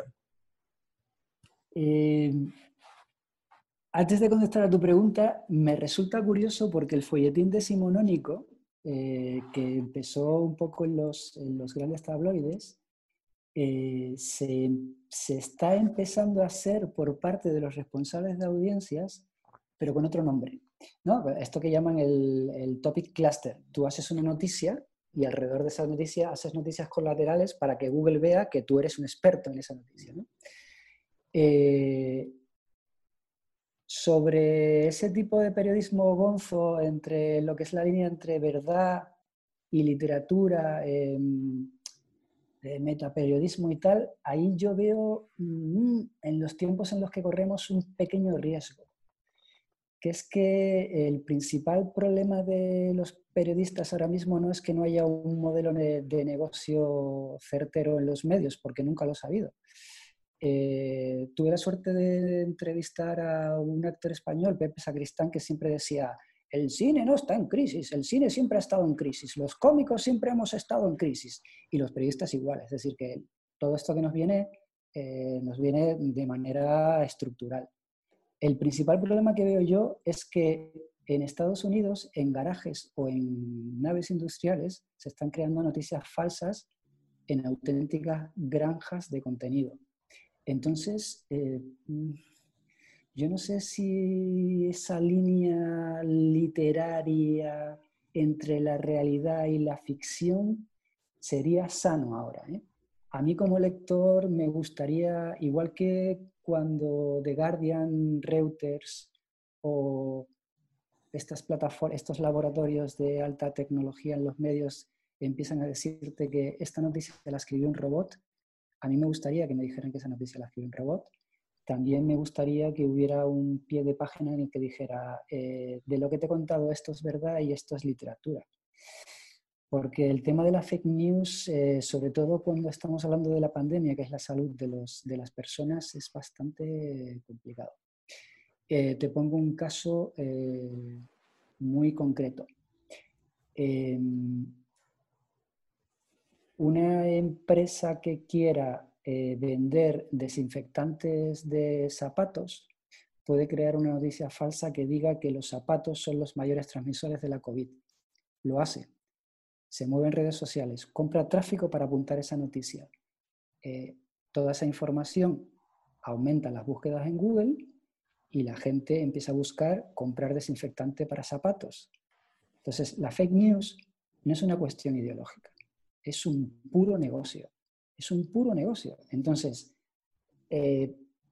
Eh, antes de contestar a tu pregunta, me resulta curioso porque el folletín decimonónico, eh, que empezó un poco en los, en los grandes tabloides, Eh, se, se está empezando a hacer por parte de los responsables de audiencias, pero con otro nombre, ¿no? Esto que llaman el, el topic cluster. Tú haces una noticia y alrededor de esa noticia haces noticias colaterales para que Google vea que tú eres un experto en esa noticia, ¿no? Eh, sobre ese tipo de periodismo gonzo, entre lo que es la línea entre verdad y literatura, eh, de metaperiodismo y tal, ahí yo veo mmm, en los tiempos en los que corremos un pequeño riesgo, que es que el principal problema de los periodistas ahora mismo no es que no haya un modelo de, de negocio certero en los medios, porque nunca lo ha habido. Eh, tuve la suerte de entrevistar a un actor español, Pepe Sacristán, que siempre decía: el cine no está en crisis, el cine siempre ha estado en crisis, los cómicos siempre hemos estado en crisis, y los periodistas igual. Es decir, que todo esto que nos viene, eh, nos viene de manera estructural. El principal problema que veo yo es que en Estados Unidos, en garajes o en naves industriales, se están creando noticias falsas en auténticas granjas de contenido. Entonces, eh, yo no sé si esa línea literaria entre la realidad y la ficción sería sano ahora, ¿eh? A mí como lector me gustaría, igual que cuando The Guardian, Reuters o estas plataformas, estos laboratorios de alta tecnología en los medios empiezan a decirte que esta noticia la escribió un robot, a mí me gustaría que me dijeran que esa noticia la escribió un robot. También me gustaría que hubiera un pie de página en el que dijera, eh, de lo que te he contado, esto es verdad y esto es literatura. Porque el tema de la fake news, eh, sobre todo cuando estamos hablando de la pandemia, que es la salud de, los, de las personas, es bastante complicado. Eh, te pongo un caso eh, muy concreto. Eh, una empresa que quiera Eh, vender desinfectantes de zapatos puede crear una noticia falsa que diga que los zapatos son los mayores transmisores de la COVID. Lo hace. Se mueve en redes sociales, compra tráfico para apuntar esa noticia. Eh, toda esa información aumenta las búsquedas en Google y la gente empieza a buscar comprar desinfectante para zapatos. Entonces, la fake news no es una cuestión ideológica, es un puro negocio. Es un puro negocio. Entonces, eh,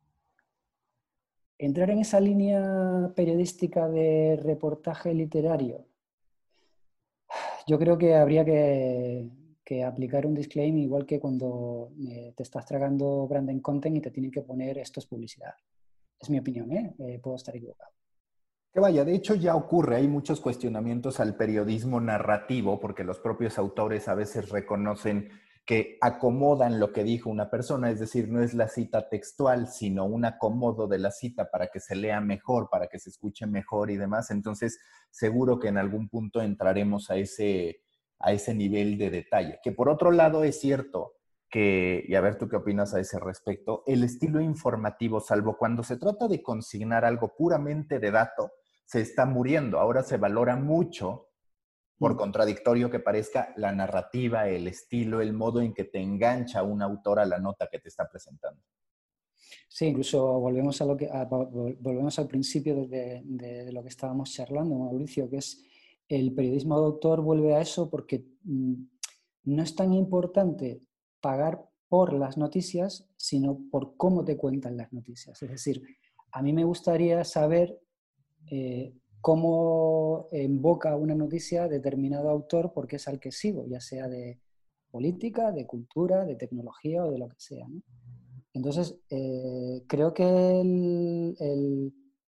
entrar en esa línea periodística de reportaje literario, yo creo que habría que, que aplicar un disclaimer igual que cuando eh, te estás tragando branding content y te tienen que poner esto es publicidad. Es mi opinión, ¿eh? Eh, puedo estar equivocado. Que vaya, de hecho ya ocurre, hay muchos cuestionamientos al periodismo narrativo, porque los propios autores a veces reconocen que acomodan lo que dijo una persona, es decir, no es la cita textual, sino un acomodo de la cita para que se lea mejor, para que se escuche mejor y demás. Entonces, seguro que en algún punto entraremos a ese, a ese nivel de detalle. Que por otro lado es cierto que, y a ver tú qué opinas a ese respecto, el estilo informativo, salvo cuando se trata de consignar algo puramente de dato, se está muriendo. Ahora se valora mucho, por contradictorio que parezca, la narrativa, el estilo, el modo en que te engancha un autor a la nota que te está presentando. Sí, incluso volvemos, a lo que, a, volvemos al principio de, de, de lo que estábamos charlando, Mauricio, que es el periodismo de autor vuelve a eso porque mmm, no es tan importante pagar por las noticias, sino por cómo te cuentan las noticias. Es decir, a mí me gustaría saber Eh, cómo invoca una noticia determinado autor porque es al que sigo, ya sea de política, de cultura, de tecnología o de lo que sea, ¿no? Entonces, eh, creo que el, el,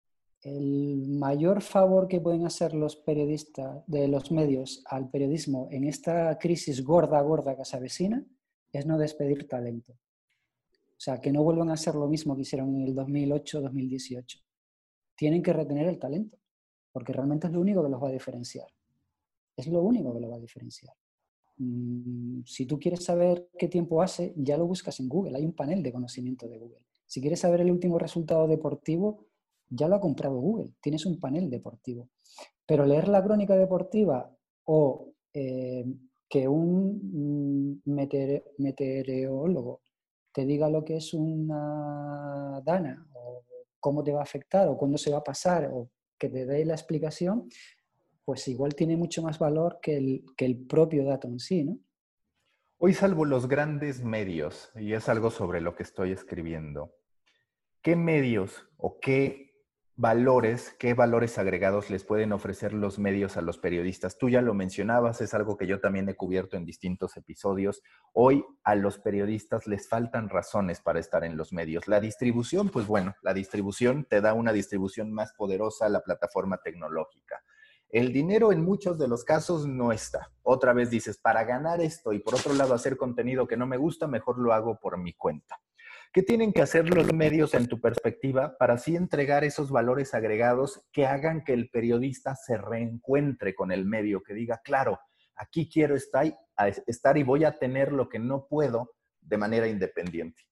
el mayor favor que pueden hacer los periodistas de los medios al periodismo en esta crisis gorda, gorda que se avecina, es no despedir talento. O sea, que no vuelvan a hacer lo mismo que hicieron en el dos mil ocho dos mil dieciocho. Tienen que retener el talento, porque realmente es lo único que los va a diferenciar. Es lo único que los va a diferenciar. Mm, si tú quieres saber qué tiempo hace, ya lo buscas en Google. Hay un panel de conocimiento de Google. Si quieres saber el último resultado deportivo, ya lo ha comprado Google. Tienes un panel deportivo. Pero leer la crónica deportiva o eh, que un meteore meteorólogo te diga lo que es una dana o cómo te va a afectar o cuándo se va a pasar o que te dé la explicación, pues igual tiene mucho más valor que el, que el propio dato en sí, ¿no? Hoy, salvo los grandes medios, y es algo sobre lo que estoy escribiendo, ¿qué medios o qué valores, qué valores agregados les pueden ofrecer los medios a los periodistas? Tú ya lo mencionabas, es algo que yo también he cubierto en distintos episodios. Hoy a los periodistas les faltan razones para estar en los medios. La distribución, pues bueno, la distribución te da una distribución más poderosa a la plataforma tecnológica. El dinero en muchos de los casos no está. Otra vez dices, para ganar esto y por otro lado hacer contenido que no me gusta, mejor lo hago por mi cuenta. ¿Qué tienen que hacer los medios en tu perspectiva para así entregar esos valores agregados que hagan que el periodista se reencuentre con el medio, que diga, claro, aquí quiero estar, estar y voy a tener lo que no puedo de manera independiente?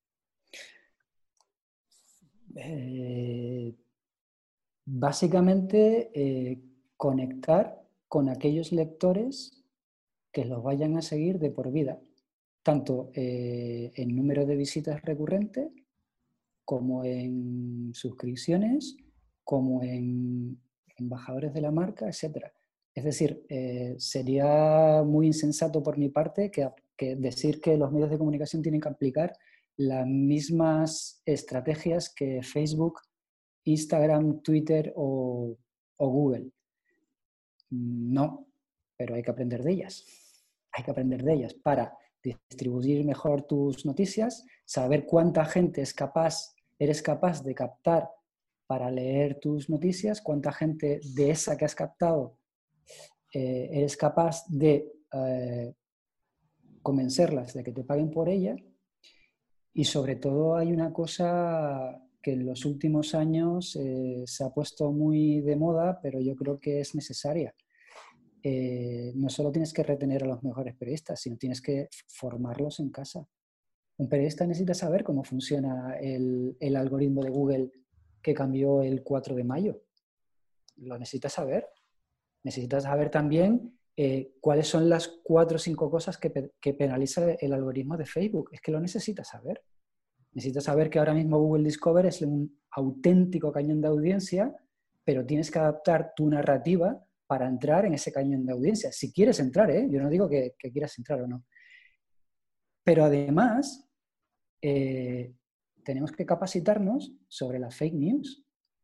Eh, básicamente, eh, conectar con aquellos lectores que los vayan a seguir de por vida, tanto eh, en número de visitas recurrentes, como en suscripciones, como en embajadores de la marca, etcétera. Es decir, eh, sería muy insensato por mi parte que, que decir que los medios de comunicación tienen que aplicar las mismas estrategias que Facebook, Instagram, Twitter o, o Google. No, pero hay que aprender de ellas. Hay que aprender de ellas para distribuir mejor tus noticias, saber cuánta gente es capaz, eres capaz de captar para leer tus noticias, cuánta gente de esa que has captado eh, eres capaz de eh, convencerlas de que te paguen por ella. Y sobre todo hay una cosa que en los últimos años eh, se ha puesto muy de moda, pero yo creo que es necesaria. Eh, no solo tienes que retener a los mejores periodistas, sino tienes que formarlos en casa. Un periodista necesita saber cómo funciona el, el algoritmo de Google que cambió el cuatro de mayo. Lo necesitas saber. Necesitas saber también eh, cuáles son las cuatro o cinco cosas que, pe que penaliza el algoritmo de Facebook. Es que lo necesitas saber. Necesitas saber que ahora mismo Google Discover es un auténtico cañón de audiencia, pero tienes que adaptar tu narrativa para entrar en ese cañón de audiencia. Si quieres entrar, ¿eh? Yo no digo que, que quieras entrar o no. Pero además, eh, tenemos que capacitarnos sobre la fake news.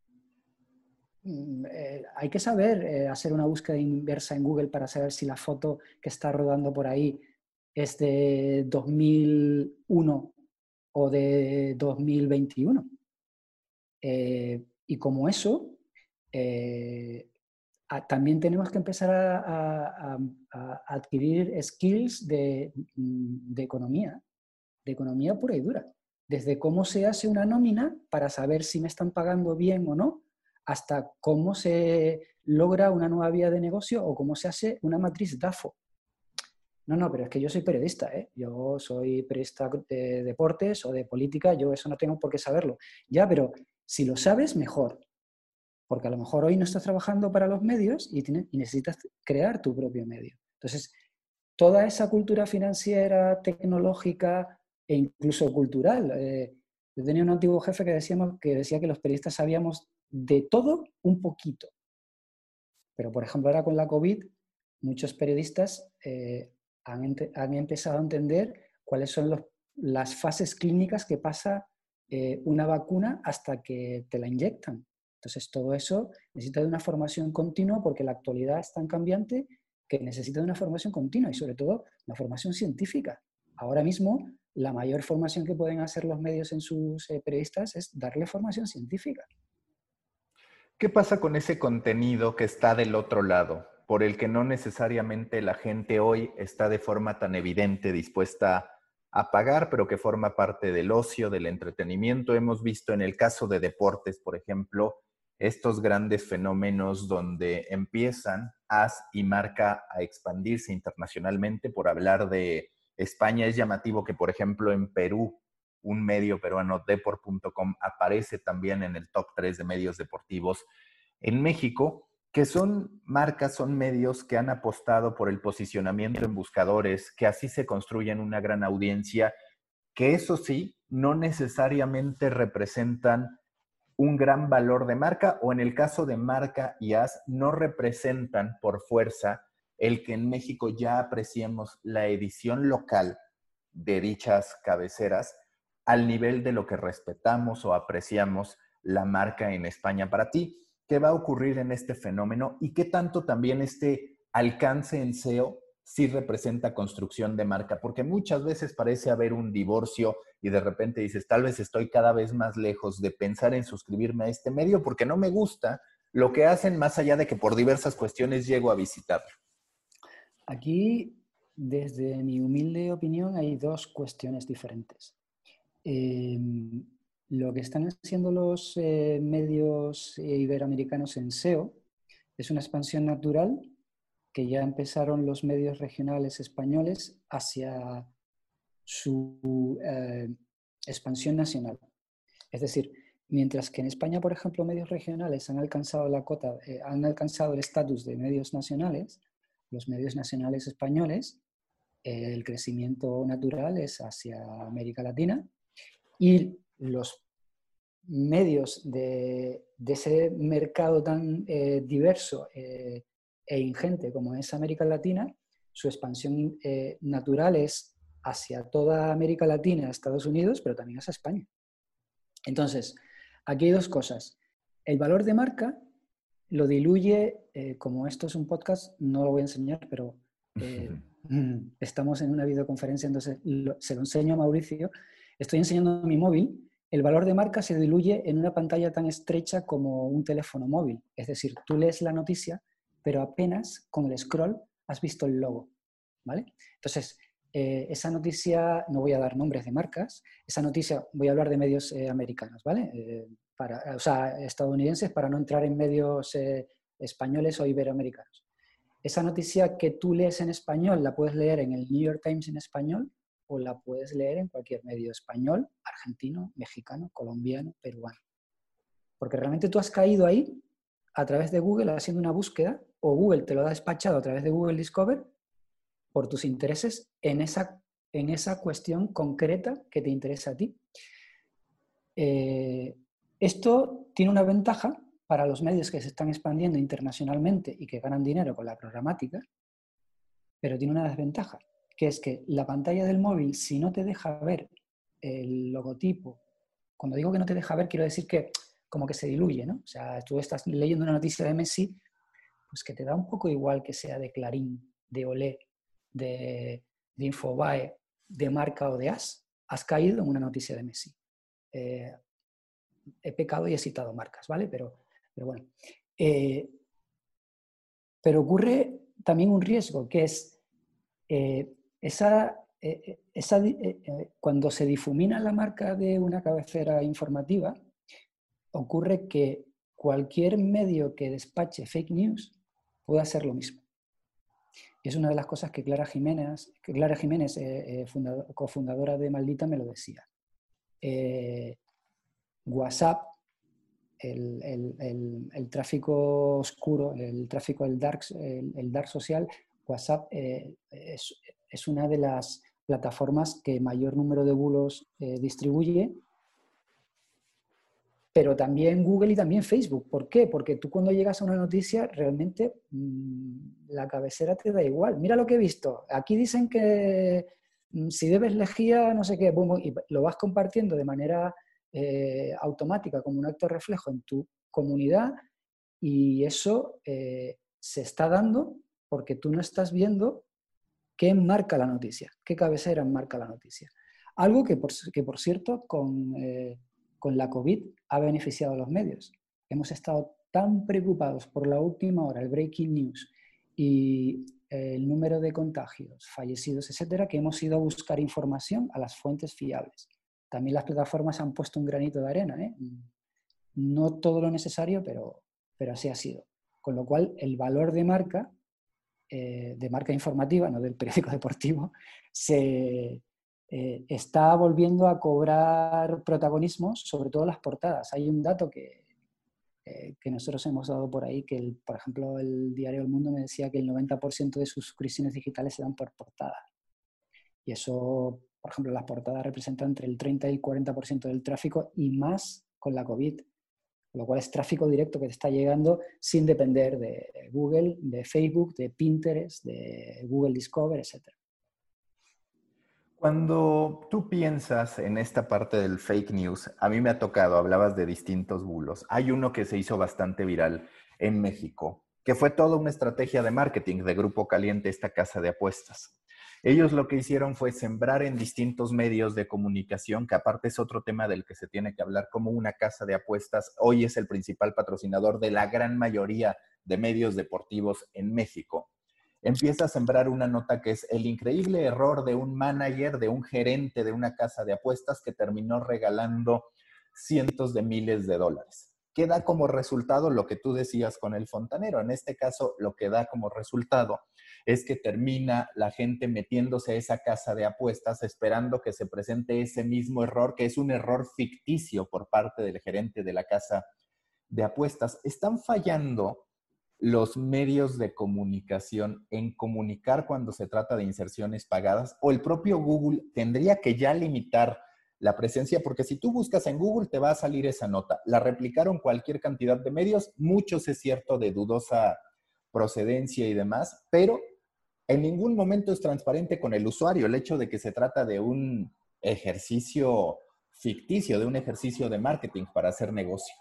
Eh, hay que saber eh, hacer una búsqueda inversa en Google para saber si la foto que está rodando por ahí es de dos mil uno o de dos mil veintiuno. Eh, y como eso, eh, a, también tenemos que empezar a, a, a, a adquirir skills de, de economía, de economía pura y dura. Desde cómo se hace una nómina para saber si me están pagando bien o no, hasta cómo se logra una nueva vía de negocio o cómo se hace una matriz DAFO. No, no, pero es que yo soy periodista, ¿eh? Yo soy periodista de deportes o de política, yo eso no tengo por qué saberlo. Ya, pero si lo sabes, mejor. Porque a lo mejor hoy no estás trabajando para los medios y, tienes, y necesitas crear tu propio medio. Entonces, toda esa cultura financiera, tecnológica e incluso cultural. Eh, yo tenía un antiguo jefe que, decíamos, que decía que los periodistas sabíamos de todo un poquito. Pero, por ejemplo, ahora con la COVID, muchos periodistas eh, han, han empezado a entender cuáles son los, las fases clínicas que pasa eh, una vacuna hasta que te la inyectan. Entonces, todo eso necesita de una formación continua porque la actualidad es tan cambiante que necesita de una formación continua y, sobre todo, una formación científica. Ahora mismo, la mayor formación que pueden hacer los medios en sus eh, periodistas es darle formación científica. ¿Qué pasa con ese contenido que está del otro lado, por el que no necesariamente la gente hoy está de forma tan evidente dispuesta a pagar, pero que forma parte del ocio, del entretenimiento? Hemos visto en el caso de deportes, por ejemplo, estos grandes fenómenos donde empiezan AS y Marca a expandirse internacionalmente. Por hablar de España, es llamativo que, por ejemplo, en Perú, un medio peruano, deport punto com, aparece también en el top tres de medios deportivos en México, que son marcas, son medios que han apostado por el posicionamiento en buscadores, que así se construyen una gran audiencia, que eso sí, no necesariamente representan un gran valor de marca, o en el caso de Marca y AS, no representan por fuerza el que en México ya apreciemos la edición local de dichas cabeceras al nivel de lo que respetamos o apreciamos la marca en España. Para ti, ¿qué va a ocurrir en este fenómeno y qué tanto también este alcance en S E O sí representa construcción de marca? Porque muchas veces parece haber un divorcio y de repente dices, tal vez estoy cada vez más lejos de pensar en suscribirme a este medio porque no me gusta lo que hacen, más allá de que por diversas cuestiones llego a visitarlo. Aquí, desde mi humilde opinión, hay dos cuestiones diferentes. Eh, lo que están haciendo los eh, medios iberoamericanos en S E O es una expansión natural que ya empezaron los medios regionales españoles hacia su eh, expansión nacional. Es decir, mientras que en España, por ejemplo, medios regionales han alcanzado la cota, eh, han alcanzado el estatus de medios nacionales, los medios nacionales españoles, eh, el crecimiento natural es hacia América Latina. Y los medios de, de ese mercado tan eh, diverso eh, e ingente como es América Latina, su expansión eh, natural es hacia toda América Latina, Estados Unidos, pero también hacia España. Entonces, aquí hay dos cosas. El valor de marca lo diluye, eh, como esto es un podcast, no lo voy a enseñar, pero eh, estamos en una videoconferencia, entonces lo, se lo enseño a Mauricio. Estoy enseñando mi móvil. El valor de marca se diluye en una pantalla tan estrecha como un teléfono móvil. Es decir, tú lees la noticia, pero apenas con el scroll has visto el logo, ¿vale? Entonces, eh, esa noticia, no voy a dar nombres de marcas, esa noticia, voy a hablar de medios eh, americanos, ¿vale? Eh, para, o sea, estadounidenses, para no entrar en medios eh, españoles o iberoamericanos. Esa noticia que tú lees en español la puedes leer en el New York Times en español, o la puedes leer en cualquier medio español, argentino, mexicano, colombiano, peruano. Porque realmente tú has caído ahí a través de Google haciendo una búsqueda, o Google te lo ha despachado a través de Google Discover por tus intereses en esa, en esa cuestión concreta que te interesa a ti. Eh, esto tiene una ventaja para los medios que se están expandiendo internacionalmente y que ganan dinero con la programática, pero tiene una desventaja, que es que la pantalla del móvil, si no te deja ver el logotipo, cuando digo que no te deja ver, quiero decir que como que se diluye, ¿no? O sea, tú estás leyendo una noticia de Messi, pues que te da un poco igual que sea de Clarín, de Olé, de, de Infobae, de Marca o de AS. Has caído en una noticia de Messi. Eh, he pecado y he citado marcas, ¿vale? Pero, pero bueno, Eh, pero ocurre también un riesgo, que es eh, esa, eh, esa, eh, eh, cuando se difumina la marca de una cabecera informativa, ocurre que cualquier medio que despache fake news puede hacer lo mismo. Y es una de las cosas que Clara Jiménez, que Clara Jiménez eh, eh, fundador, cofundadora de Maldita, me lo decía. Eh, WhatsApp, el, el, el, el tráfico oscuro, el tráfico del dark, el, el dark social, WhatsApp eh, es, es una de las plataformas que mayor número de bulos eh, distribuye, pero también Google y también Facebook. ¿Por qué? Porque tú cuando llegas a una noticia realmente mmm, la cabecera te da igual. Mira lo que he visto. Aquí dicen que mmm, si debes lejía, no sé qué, boom, y lo vas compartiendo de manera eh, automática como un acto reflejo en tu comunidad y eso eh, se está dando porque tú no estás viendo qué marca la noticia, qué cabecera marca la noticia. Algo que, por, que, por cierto, con... Eh, con la COVID ha beneficiado a los medios. Hemos estado tan preocupados por la última hora, el breaking news y el número de contagios, fallecidos, etcétera, que hemos ido a buscar información a las fuentes fiables. También las plataformas han puesto un granito de arena, ¿eh? No todo lo necesario, pero, pero así ha sido. Con lo cual, el valor de marca, eh, de marca informativa, no del periódico deportivo, se... Eh, está volviendo a cobrar protagonismo, sobre todo las portadas. Hay un dato que, eh, que nosotros hemos dado por ahí, que el, por ejemplo el diario El Mundo me decía que el noventa por ciento de sus suscripciones digitales se dan por portada. Y eso, por ejemplo, las portadas representan entre el treinta y el cuarenta por ciento del tráfico y más con la COVID. Lo cual es tráfico directo que te está llegando sin depender de Google, de Facebook, de Pinterest, de Google Discover, etcétera. Cuando tú piensas en esta parte del fake news, a mí me ha tocado, hablabas de distintos bulos. Hay uno que se hizo bastante viral en México, que fue toda una estrategia de marketing de Grupo Caliente, esta casa de apuestas. Ellos lo que hicieron fue sembrar en distintos medios de comunicación, que aparte es otro tema del que se tiene que hablar, como una casa de apuestas hoy es el principal patrocinador de la gran mayoría de medios deportivos en México. Empieza a sembrar una nota que es el increíble error de un manager, de un gerente de una casa de apuestas que terminó regalando cientos de miles de dólares. ¿Qué da como resultado lo que tú decías con el fontanero? En este caso, lo que da como resultado es que termina la gente metiéndose a esa casa de apuestas esperando que se presente ese mismo error, que es un error ficticio por parte del gerente de la casa de apuestas. Están fallando los medios de comunicación en comunicar cuando se trata de inserciones pagadas, o el propio Google tendría que ya limitar la presencia, porque si tú buscas en Google te va a salir esa nota. La replicaron cualquier cantidad de medios, muchos es cierto de dudosa procedencia y demás, pero en ningún momento es transparente con el usuario el hecho de que se trata de un ejercicio ficticio, de un ejercicio de marketing para hacer negocio.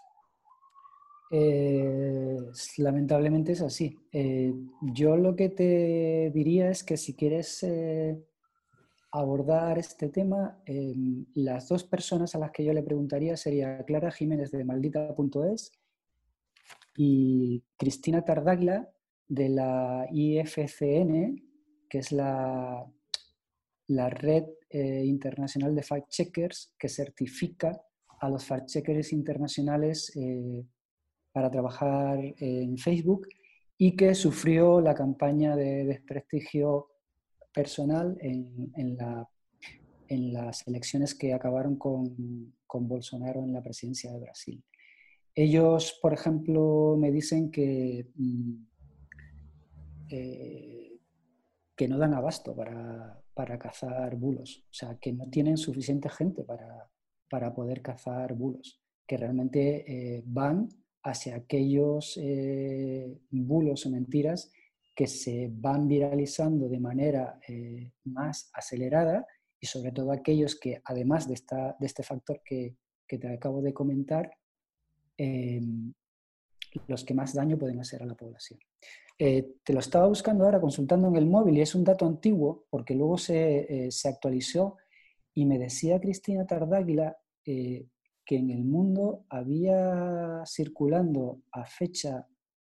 Eh, lamentablemente es así. Eh, yo lo que te diría es que si quieres eh, abordar este tema, eh, las dos personas a las que yo le preguntaría sería Clara Jiménez de maldita punto es y Cristina Tartaglia de la I F C N, que es la, la red eh, internacional de fact-checkers que certifica a los fact-checkers internacionales eh, para trabajar en Facebook y que sufrió la campaña de desprestigio personal en, en, la, en las elecciones que acabaron con, con Bolsonaro en la presidencia de Brasil. Ellos, por ejemplo, me dicen que, eh, que no dan abasto para, para cazar bulos, o sea, que no tienen suficiente gente para, para poder cazar bulos, que realmente eh, van hacia aquellos eh, bulos o mentiras que se van viralizando de manera eh, más acelerada y sobre todo aquellos que, además de, esta, de este factor que, que te acabo de comentar, eh, los que más daño pueden hacer a la población. Eh, te lo estaba buscando ahora, consultando en el móvil, y es un dato antiguo, porque luego se, eh, se actualizó, y me decía Cristina Tartaglia eh, que en el mundo había circulando a fecha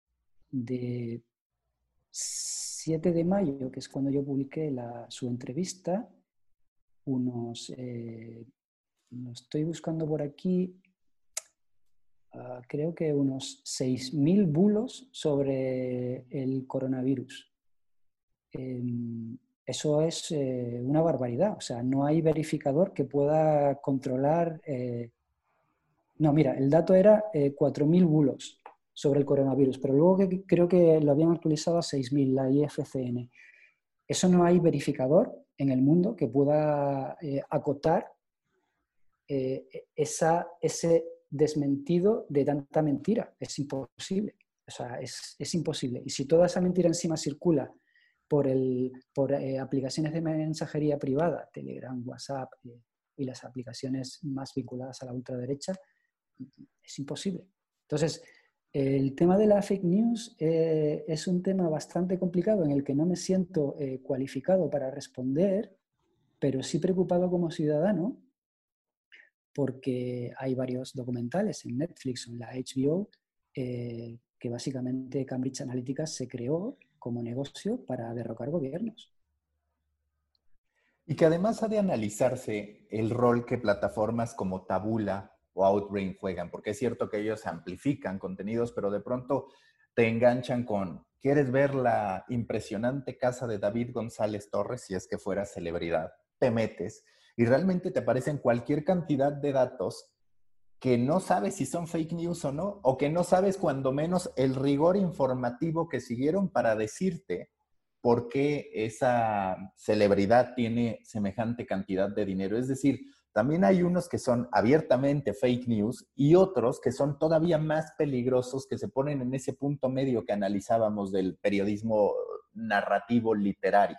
de siete de mayo, que es cuando yo publiqué la, su entrevista, unos, eh, lo estoy buscando por aquí, uh, creo que unos seis mil bulos sobre el coronavirus. Eh, eso es eh, una barbaridad, o sea, no hay verificador que pueda controlar... Eh, no, mira, el dato era eh, cuatro mil bulos sobre el coronavirus, pero luego que, creo que lo habían actualizado a seis mil, la I F C N. Eso no hay verificador en el mundo que pueda eh, acotar eh, esa, ese desmentido de tanta mentira. Es imposible. O sea, es, es imposible. Y si toda esa mentira encima circula por, el, por eh, aplicaciones de mensajería privada, Telegram, WhatsApp eh, y las aplicaciones más vinculadas a la ultraderecha, es imposible. Entonces, el tema de la fake news eh, es un tema bastante complicado en el que no me siento eh, cualificado para responder, pero sí preocupado como ciudadano, porque hay varios documentales en Netflix o en la H B O eh, que básicamente Cambridge Analytica se creó como negocio para derrocar gobiernos. Y que además ha de analizarse el rol que plataformas como Taboola o Outbrain juegan, porque es cierto que ellos amplifican contenidos, pero de pronto te enganchan con, ¿quieres ver la impresionante casa de David González Torres? Si es que fuera celebridad, te metes y realmente te aparecen cualquier cantidad de datos que no sabes si son fake news o no, o que no sabes cuando menos el rigor informativo que siguieron para decirte por qué esa celebridad tiene semejante cantidad de dinero. Es decir, también hay unos que son abiertamente fake news y otros que son todavía más peligrosos, que se ponen en ese punto medio que analizábamos del periodismo narrativo literario.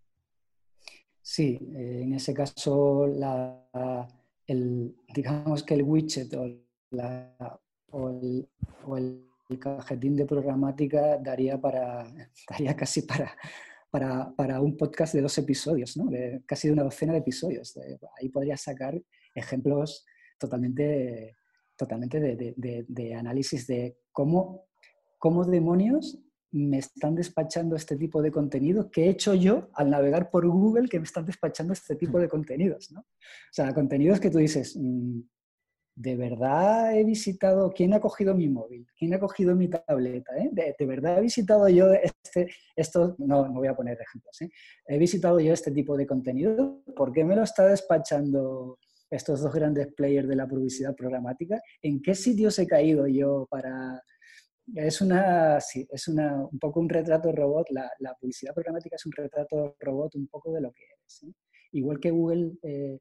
Sí, eh, en ese caso, la, el, digamos que el widget o, la, o, el, o el, el cajetín de programática daría, para, daría casi para, para, para un podcast de dos episodios, ¿no? De, casi de una docena de episodios. De, ahí podría sacar ejemplos totalmente, totalmente de, de, de, de análisis de cómo, cómo demonios me están despachando este tipo de contenido, ¿qué he hecho yo al navegar por Google que me están despachando este tipo de contenidos, ¿no? O sea, contenidos que tú dices, ¿de verdad he visitado, quién ha cogido mi móvil? ¿Quién ha cogido mi tableta? ¿Eh? ¿De, ¿De verdad he visitado yo este, esto? No, no voy a poner ejemplos. ¿eh? ¿He visitado yo este tipo de contenido? ¿Por qué me lo está despachando estos dos grandes players de la publicidad programática? ¿En qué sitios he caído yo para...? Es, una, sí, es una, un poco un retrato robot, la, la publicidad programática es un retrato robot un poco de lo que es. ¿eh? Igual que Google, eh,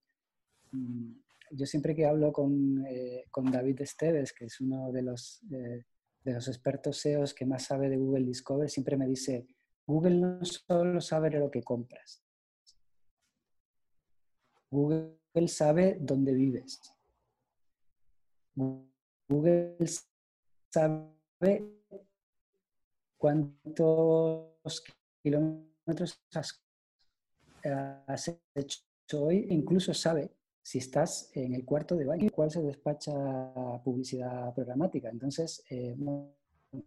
yo siempre que hablo con, eh, con David Esteves, que es uno de los, eh, de los expertos S E Os que más sabe de Google Discover, siempre me dice, Google no solo sabe lo que compras, Google sabe dónde vives. Google sabe cuántos kilómetros has, has hecho hoy, e incluso sabe si estás en el cuarto de baño, cuál se despacha publicidad programática. Entonces, eh, no,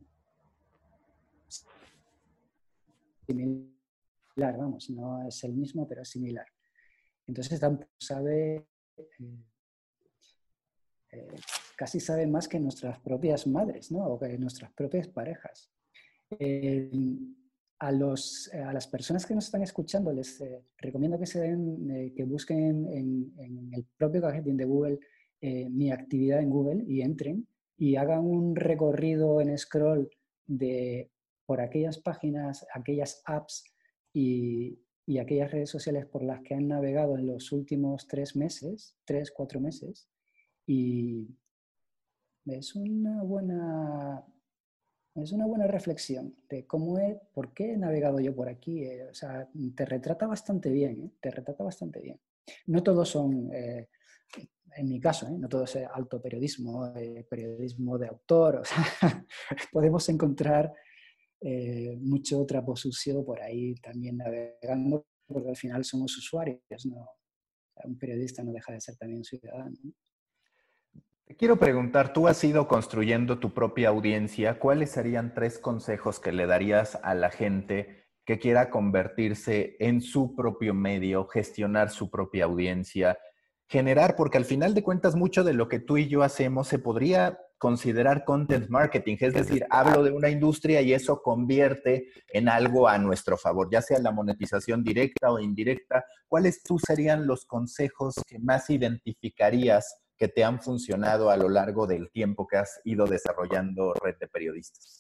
similar, vamos, no es el mismo, pero es similar. Entonces, sabe, eh, eh, casi sabe más que nuestras propias madres, ¿no? O que nuestras propias parejas. Eh, a, los, a las personas que nos están escuchando les eh, recomiendo que, se den, eh, que busquen en, en el propio cajetín de Google eh, mi actividad en Google y entren y hagan un recorrido en scroll de, por aquellas páginas, aquellas apps y, y aquellas redes sociales por las que han navegado en los últimos tres meses, tres, cuatro meses, y es una buena... Es una buena reflexión de cómo es, por qué he navegado yo por aquí. Eh, o sea, te retrata bastante bien, ¿eh? Te retrata bastante bien. No todos son, eh, en mi caso, ¿eh? No todo es alto periodismo, eh, periodismo de autor. O sea, podemos encontrar eh, mucho trapo sucio por ahí también navegando, porque al final somos usuarios, ¿no? Un periodista no deja de ser también ciudadano, ¿no? Te quiero preguntar, tú has ido construyendo tu propia audiencia. ¿Cuáles serían tres consejos que le darías a la gente que quiera convertirse en su propio medio, gestionar su propia audiencia, generar, porque al final de cuentas mucho de lo que tú y yo hacemos se podría considerar content marketing, es decir, hablo de una industria y eso convierte en algo a nuestro favor, ya sea la monetización directa o indirecta? ¿Cuáles tú serían los consejos que más identificarías que te han funcionado a lo largo del tiempo que has ido desarrollando Red de Periodistas?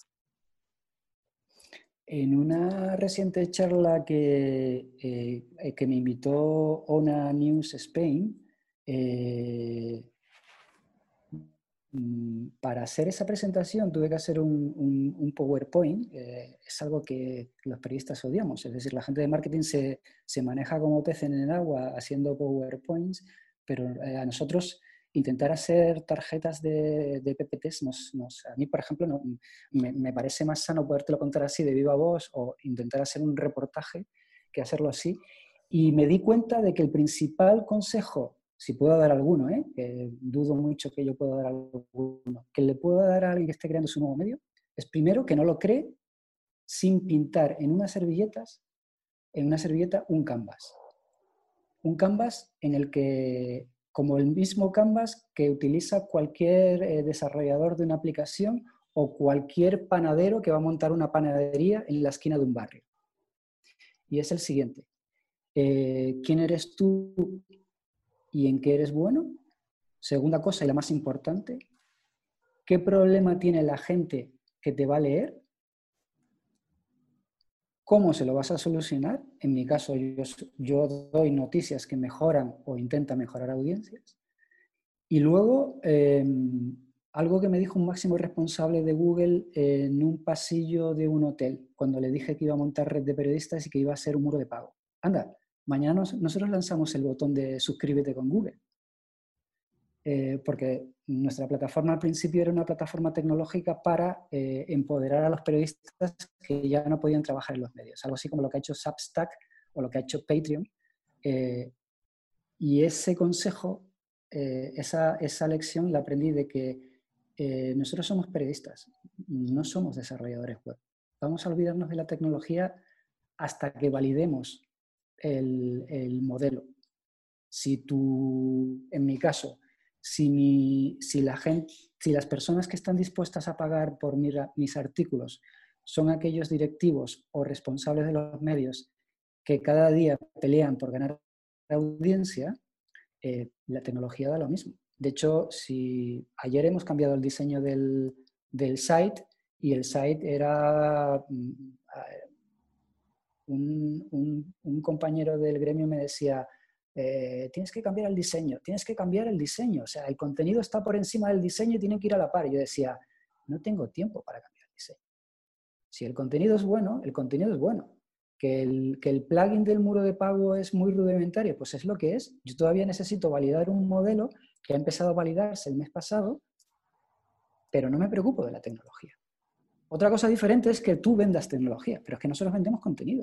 En una reciente charla que, eh, que me invitó ONA News Spain, eh, para hacer esa presentación tuve que hacer un, un, un PowerPoint. Eh, es algo que los periodistas odiamos, es decir, la gente de marketing se, se maneja como pez en el agua haciendo PowerPoints, pero eh, a nosotros intentar hacer tarjetas de, de P P Ts, nos, nos, a mí, por ejemplo, no, me, me parece más sano podértelo contar así de viva voz o intentar hacer un reportaje que hacerlo así. Y me di cuenta de que el principal consejo, si puedo dar alguno, ¿eh? que dudo mucho que yo pueda dar alguno, que le puedo dar a alguien que esté creando su nuevo medio, es primero que no lo cree sin pintar en unas servilletas, en una servilleta un canvas. Un canvas en el que, como el mismo canvas que utiliza cualquier eh, desarrollador de una aplicación o cualquier panadero que va a montar una panadería en la esquina de un barrio. Y es el siguiente. Eh, ¿Quién eres tú y en qué eres bueno? Segunda cosa, y la más importante, ¿qué problema tiene la gente que te va a leer? ¿Cómo se lo vas a solucionar? En mi caso, yo, yo doy noticias que mejoran o intentan mejorar audiencias. Y luego, eh, algo que me dijo un máximo responsable de Google eh, en un pasillo de un hotel, cuando le dije que iba a montar red de periodistas y que iba a ser un muro de pago. Anda, mañana nos, nosotros lanzamos el botón de suscríbete con Google. Eh, porque nuestra plataforma al principio era una plataforma tecnológica para eh, empoderar a los periodistas que ya no podían trabajar en los medios, algo así como lo que ha hecho Substack o lo que ha hecho Patreon. Eh, y ese consejo, eh, esa, esa lección la aprendí de que eh, nosotros somos periodistas, no somos desarrolladores web. Vamos a olvidarnos de la tecnología hasta que validemos el, el modelo. Si tú, en mi caso, Si, mi, si, la gente, si las personas que están dispuestas a pagar por mi, mis artículos son aquellos directivos o responsables de los medios que cada día pelean por ganar audiencia, eh, la tecnología da lo mismo. De hecho, si ayer hemos cambiado el diseño del, del site y el site era... Un, un, un compañero del gremio me decía, Eh, tienes que cambiar el diseño, tienes que cambiar el diseño, o sea, el contenido está por encima del diseño y tiene que ir a la par. Y yo decía, no tengo tiempo para cambiar el diseño. Si el contenido es bueno, el contenido es bueno. Que el, que el plugin del muro de pago es muy rudimentario, pues es lo que es. Yo todavía necesito validar un modelo que ha empezado a validarse el mes pasado, pero no me preocupo de la tecnología. Otra cosa diferente es que tú vendas tecnología, pero es que nosotros vendemos contenido.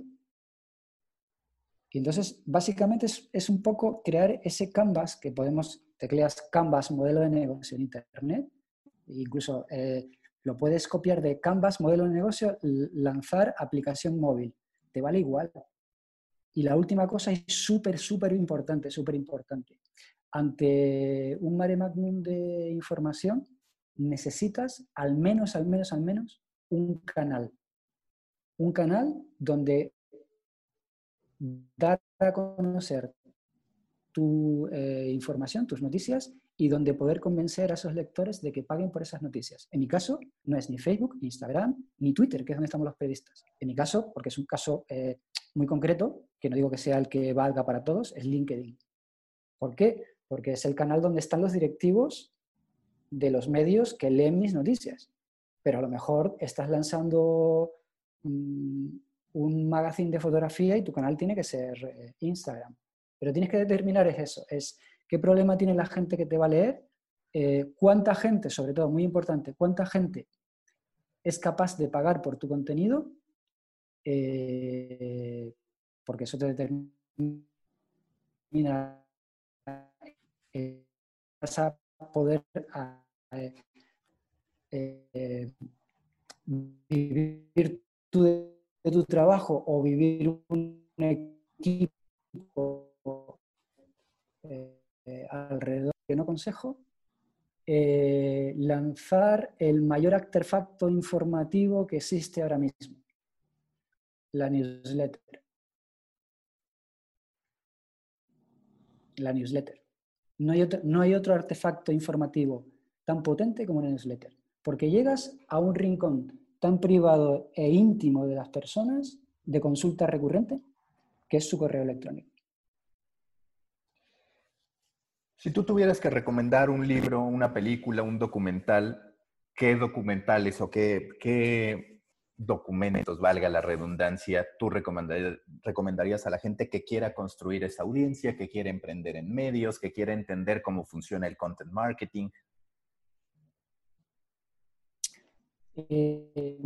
Y entonces, básicamente es, es un poco crear ese canvas que podemos, tecleas canvas, modelo de negocio en internet, incluso eh, lo puedes copiar de canvas, modelo de negocio, lanzar aplicación móvil, te vale igual. Y la última cosa es súper, súper importante, súper importante. Ante un mare magnum de información, necesitas al menos, al menos, al menos, un canal. Un canal donde dar a conocer tu eh, información, tus noticias, y donde poder convencer a esos lectores de que paguen por esas noticias. En mi caso, no es ni Facebook, ni Instagram, ni Twitter, que es donde estamos los periodistas. En mi caso, porque es un caso eh, muy concreto, que no digo que sea el que valga para todos, es LinkedIn. ¿Por qué? Porque es el canal donde están los directivos de los medios que leen mis noticias. Pero a lo mejor estás lanzando mmm, un magazine de fotografía y tu canal tiene que ser eh, Instagram. Pero tienes que determinar es eso, es qué problema tiene la gente que te va a leer, eh, cuánta gente, sobre todo, muy importante, cuánta gente es capaz de pagar por tu contenido, eh, porque eso te determina esa poder eh, eh, vivir tú de, de tu trabajo o vivir un equipo eh, eh, alrededor, que no aconsejo, eh, lanzar el mayor artefacto informativo que existe ahora mismo, la newsletter. La newsletter. No hay, otro, no hay otro artefacto informativo tan potente como una newsletter, porque llegas a un rincón tan privado e íntimo de las personas de consulta recurrente, que es su correo electrónico. Si tú tuvieras que recomendar un libro, una película, un documental, ¿qué documentales o qué, qué documentos, valga la redundancia, tú recomendarías, recomendarías a la gente que quiera construir esa audiencia, que quiera emprender en medios, que quiera entender cómo funciona el content marketing? Eh,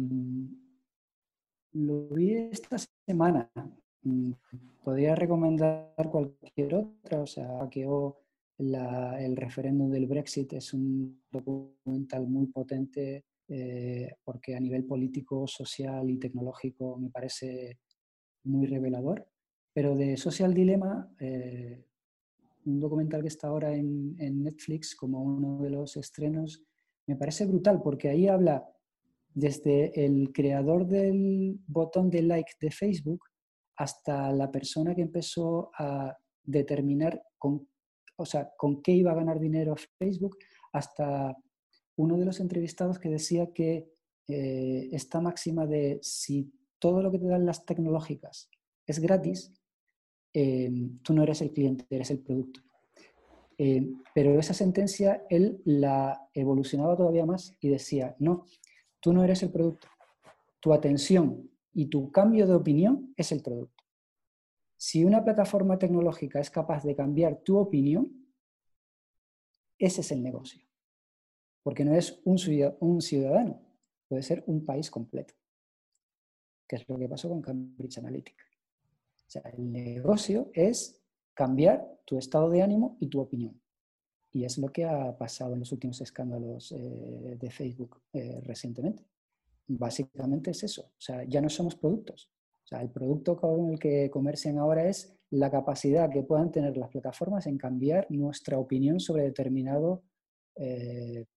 lo vi esta semana. Podría recomendar cualquier otra, o sea, que la, el referéndum del Brexit es un documental muy potente eh, porque a nivel político, social y tecnológico me parece muy revelador. Pero de Social Dilemma, eh, un documental que está ahora en, en Netflix como uno de los estrenos, me parece brutal porque ahí habla desde el creador del botón de like de Facebook hasta la persona que empezó a determinar con, o sea, con qué iba a ganar dinero Facebook, hasta uno de los entrevistados que decía que eh, esta máxima de si todo lo que te dan las tecnológicas es gratis, eh, tú no eres el cliente, eres el producto. Eh, pero esa sentencia él la evolucionaba todavía más y decía, no, tú no eres el producto, tu atención y tu cambio de opinión es el producto. Si una plataforma tecnológica es capaz de cambiar tu opinión, ese es el negocio. Porque no es un ciudadano, puede ser un país completo, que es lo que pasó con Cambridge Analytica. O sea, el negocio es cambiar tu estado de ánimo y tu opinión. Y es lo que ha pasado en los últimos escándalos eh, de Facebook eh, recientemente. Básicamente es eso. O sea, ya no somos productos. O sea, el producto con el que comercian ahora es la capacidad que puedan tener las plataformas en cambiar nuestra opinión sobre determinados eh,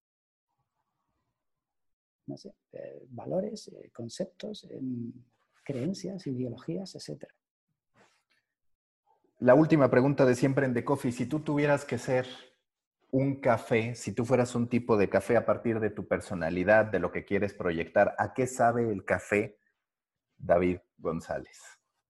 no sé, eh, valores, eh, conceptos, eh, creencias, ideologías, etcétera. La última pregunta de siempre en The Coffee. Si tú tuvieras que ser un café, si tú fueras un tipo de café a partir de tu personalidad, de lo que quieres proyectar, ¿a qué sabe el café David González?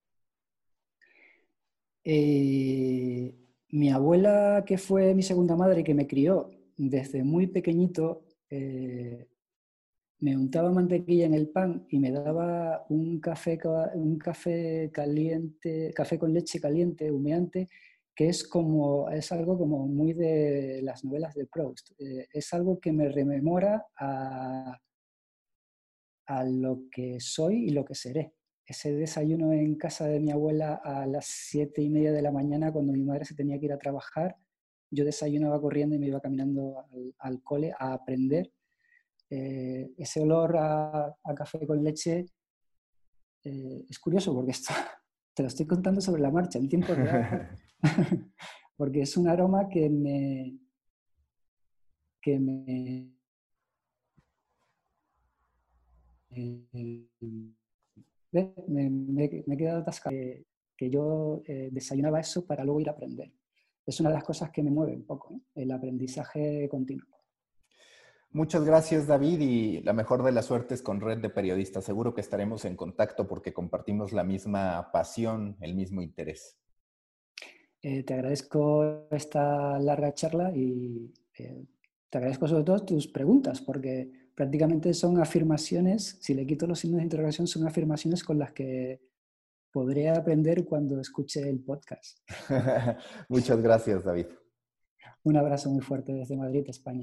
Eh, mi abuela, que fue mi segunda madre y que me crió desde muy pequeñito, eh, me untaba mantequilla en el pan y me daba un café, un café caliente, café con leche caliente, humeante, que es como, es algo como muy de las novelas de Proust. Eh, es algo que me rememora a, a lo que soy y lo que seré. Ese desayuno en casa de mi abuela a las siete y media de la mañana, cuando mi madre se tenía que ir a trabajar, yo desayunaba corriendo y me iba caminando al, al cole a aprender. Eh, ese olor a, a café con leche eh, es curioso porque esto, te lo estoy contando sobre la marcha, en tiempo real, porque es un aroma que me que me, eh, me, me, me he quedado atascado que, que yo eh, desayunaba eso para luego ir a aprender. Es una de las cosas que me mueve un poco, ¿no? El aprendizaje continuo. Muchas gracias, David, y la mejor de las suertes con Red de Periodistas. Seguro que estaremos en contacto porque compartimos la misma pasión, el mismo interés. Eh, te agradezco esta larga charla y eh, te agradezco sobre todo tus preguntas, porque prácticamente son afirmaciones, si le quito los signos de interrogación, son afirmaciones con las que podré aprender cuando escuche el podcast. Muchas gracias, David. Un abrazo muy fuerte desde Madrid, España.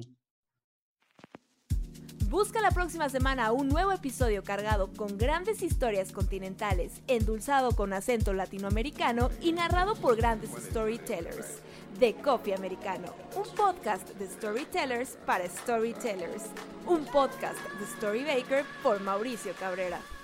Busca la próxima semana un nuevo episodio cargado con grandes historias continentales, endulzado con acento latinoamericano y narrado por grandes storytellers. de Coffee Americano, un podcast de storytellers para storytellers, un podcast de Storybaker por Mauricio Cabrera.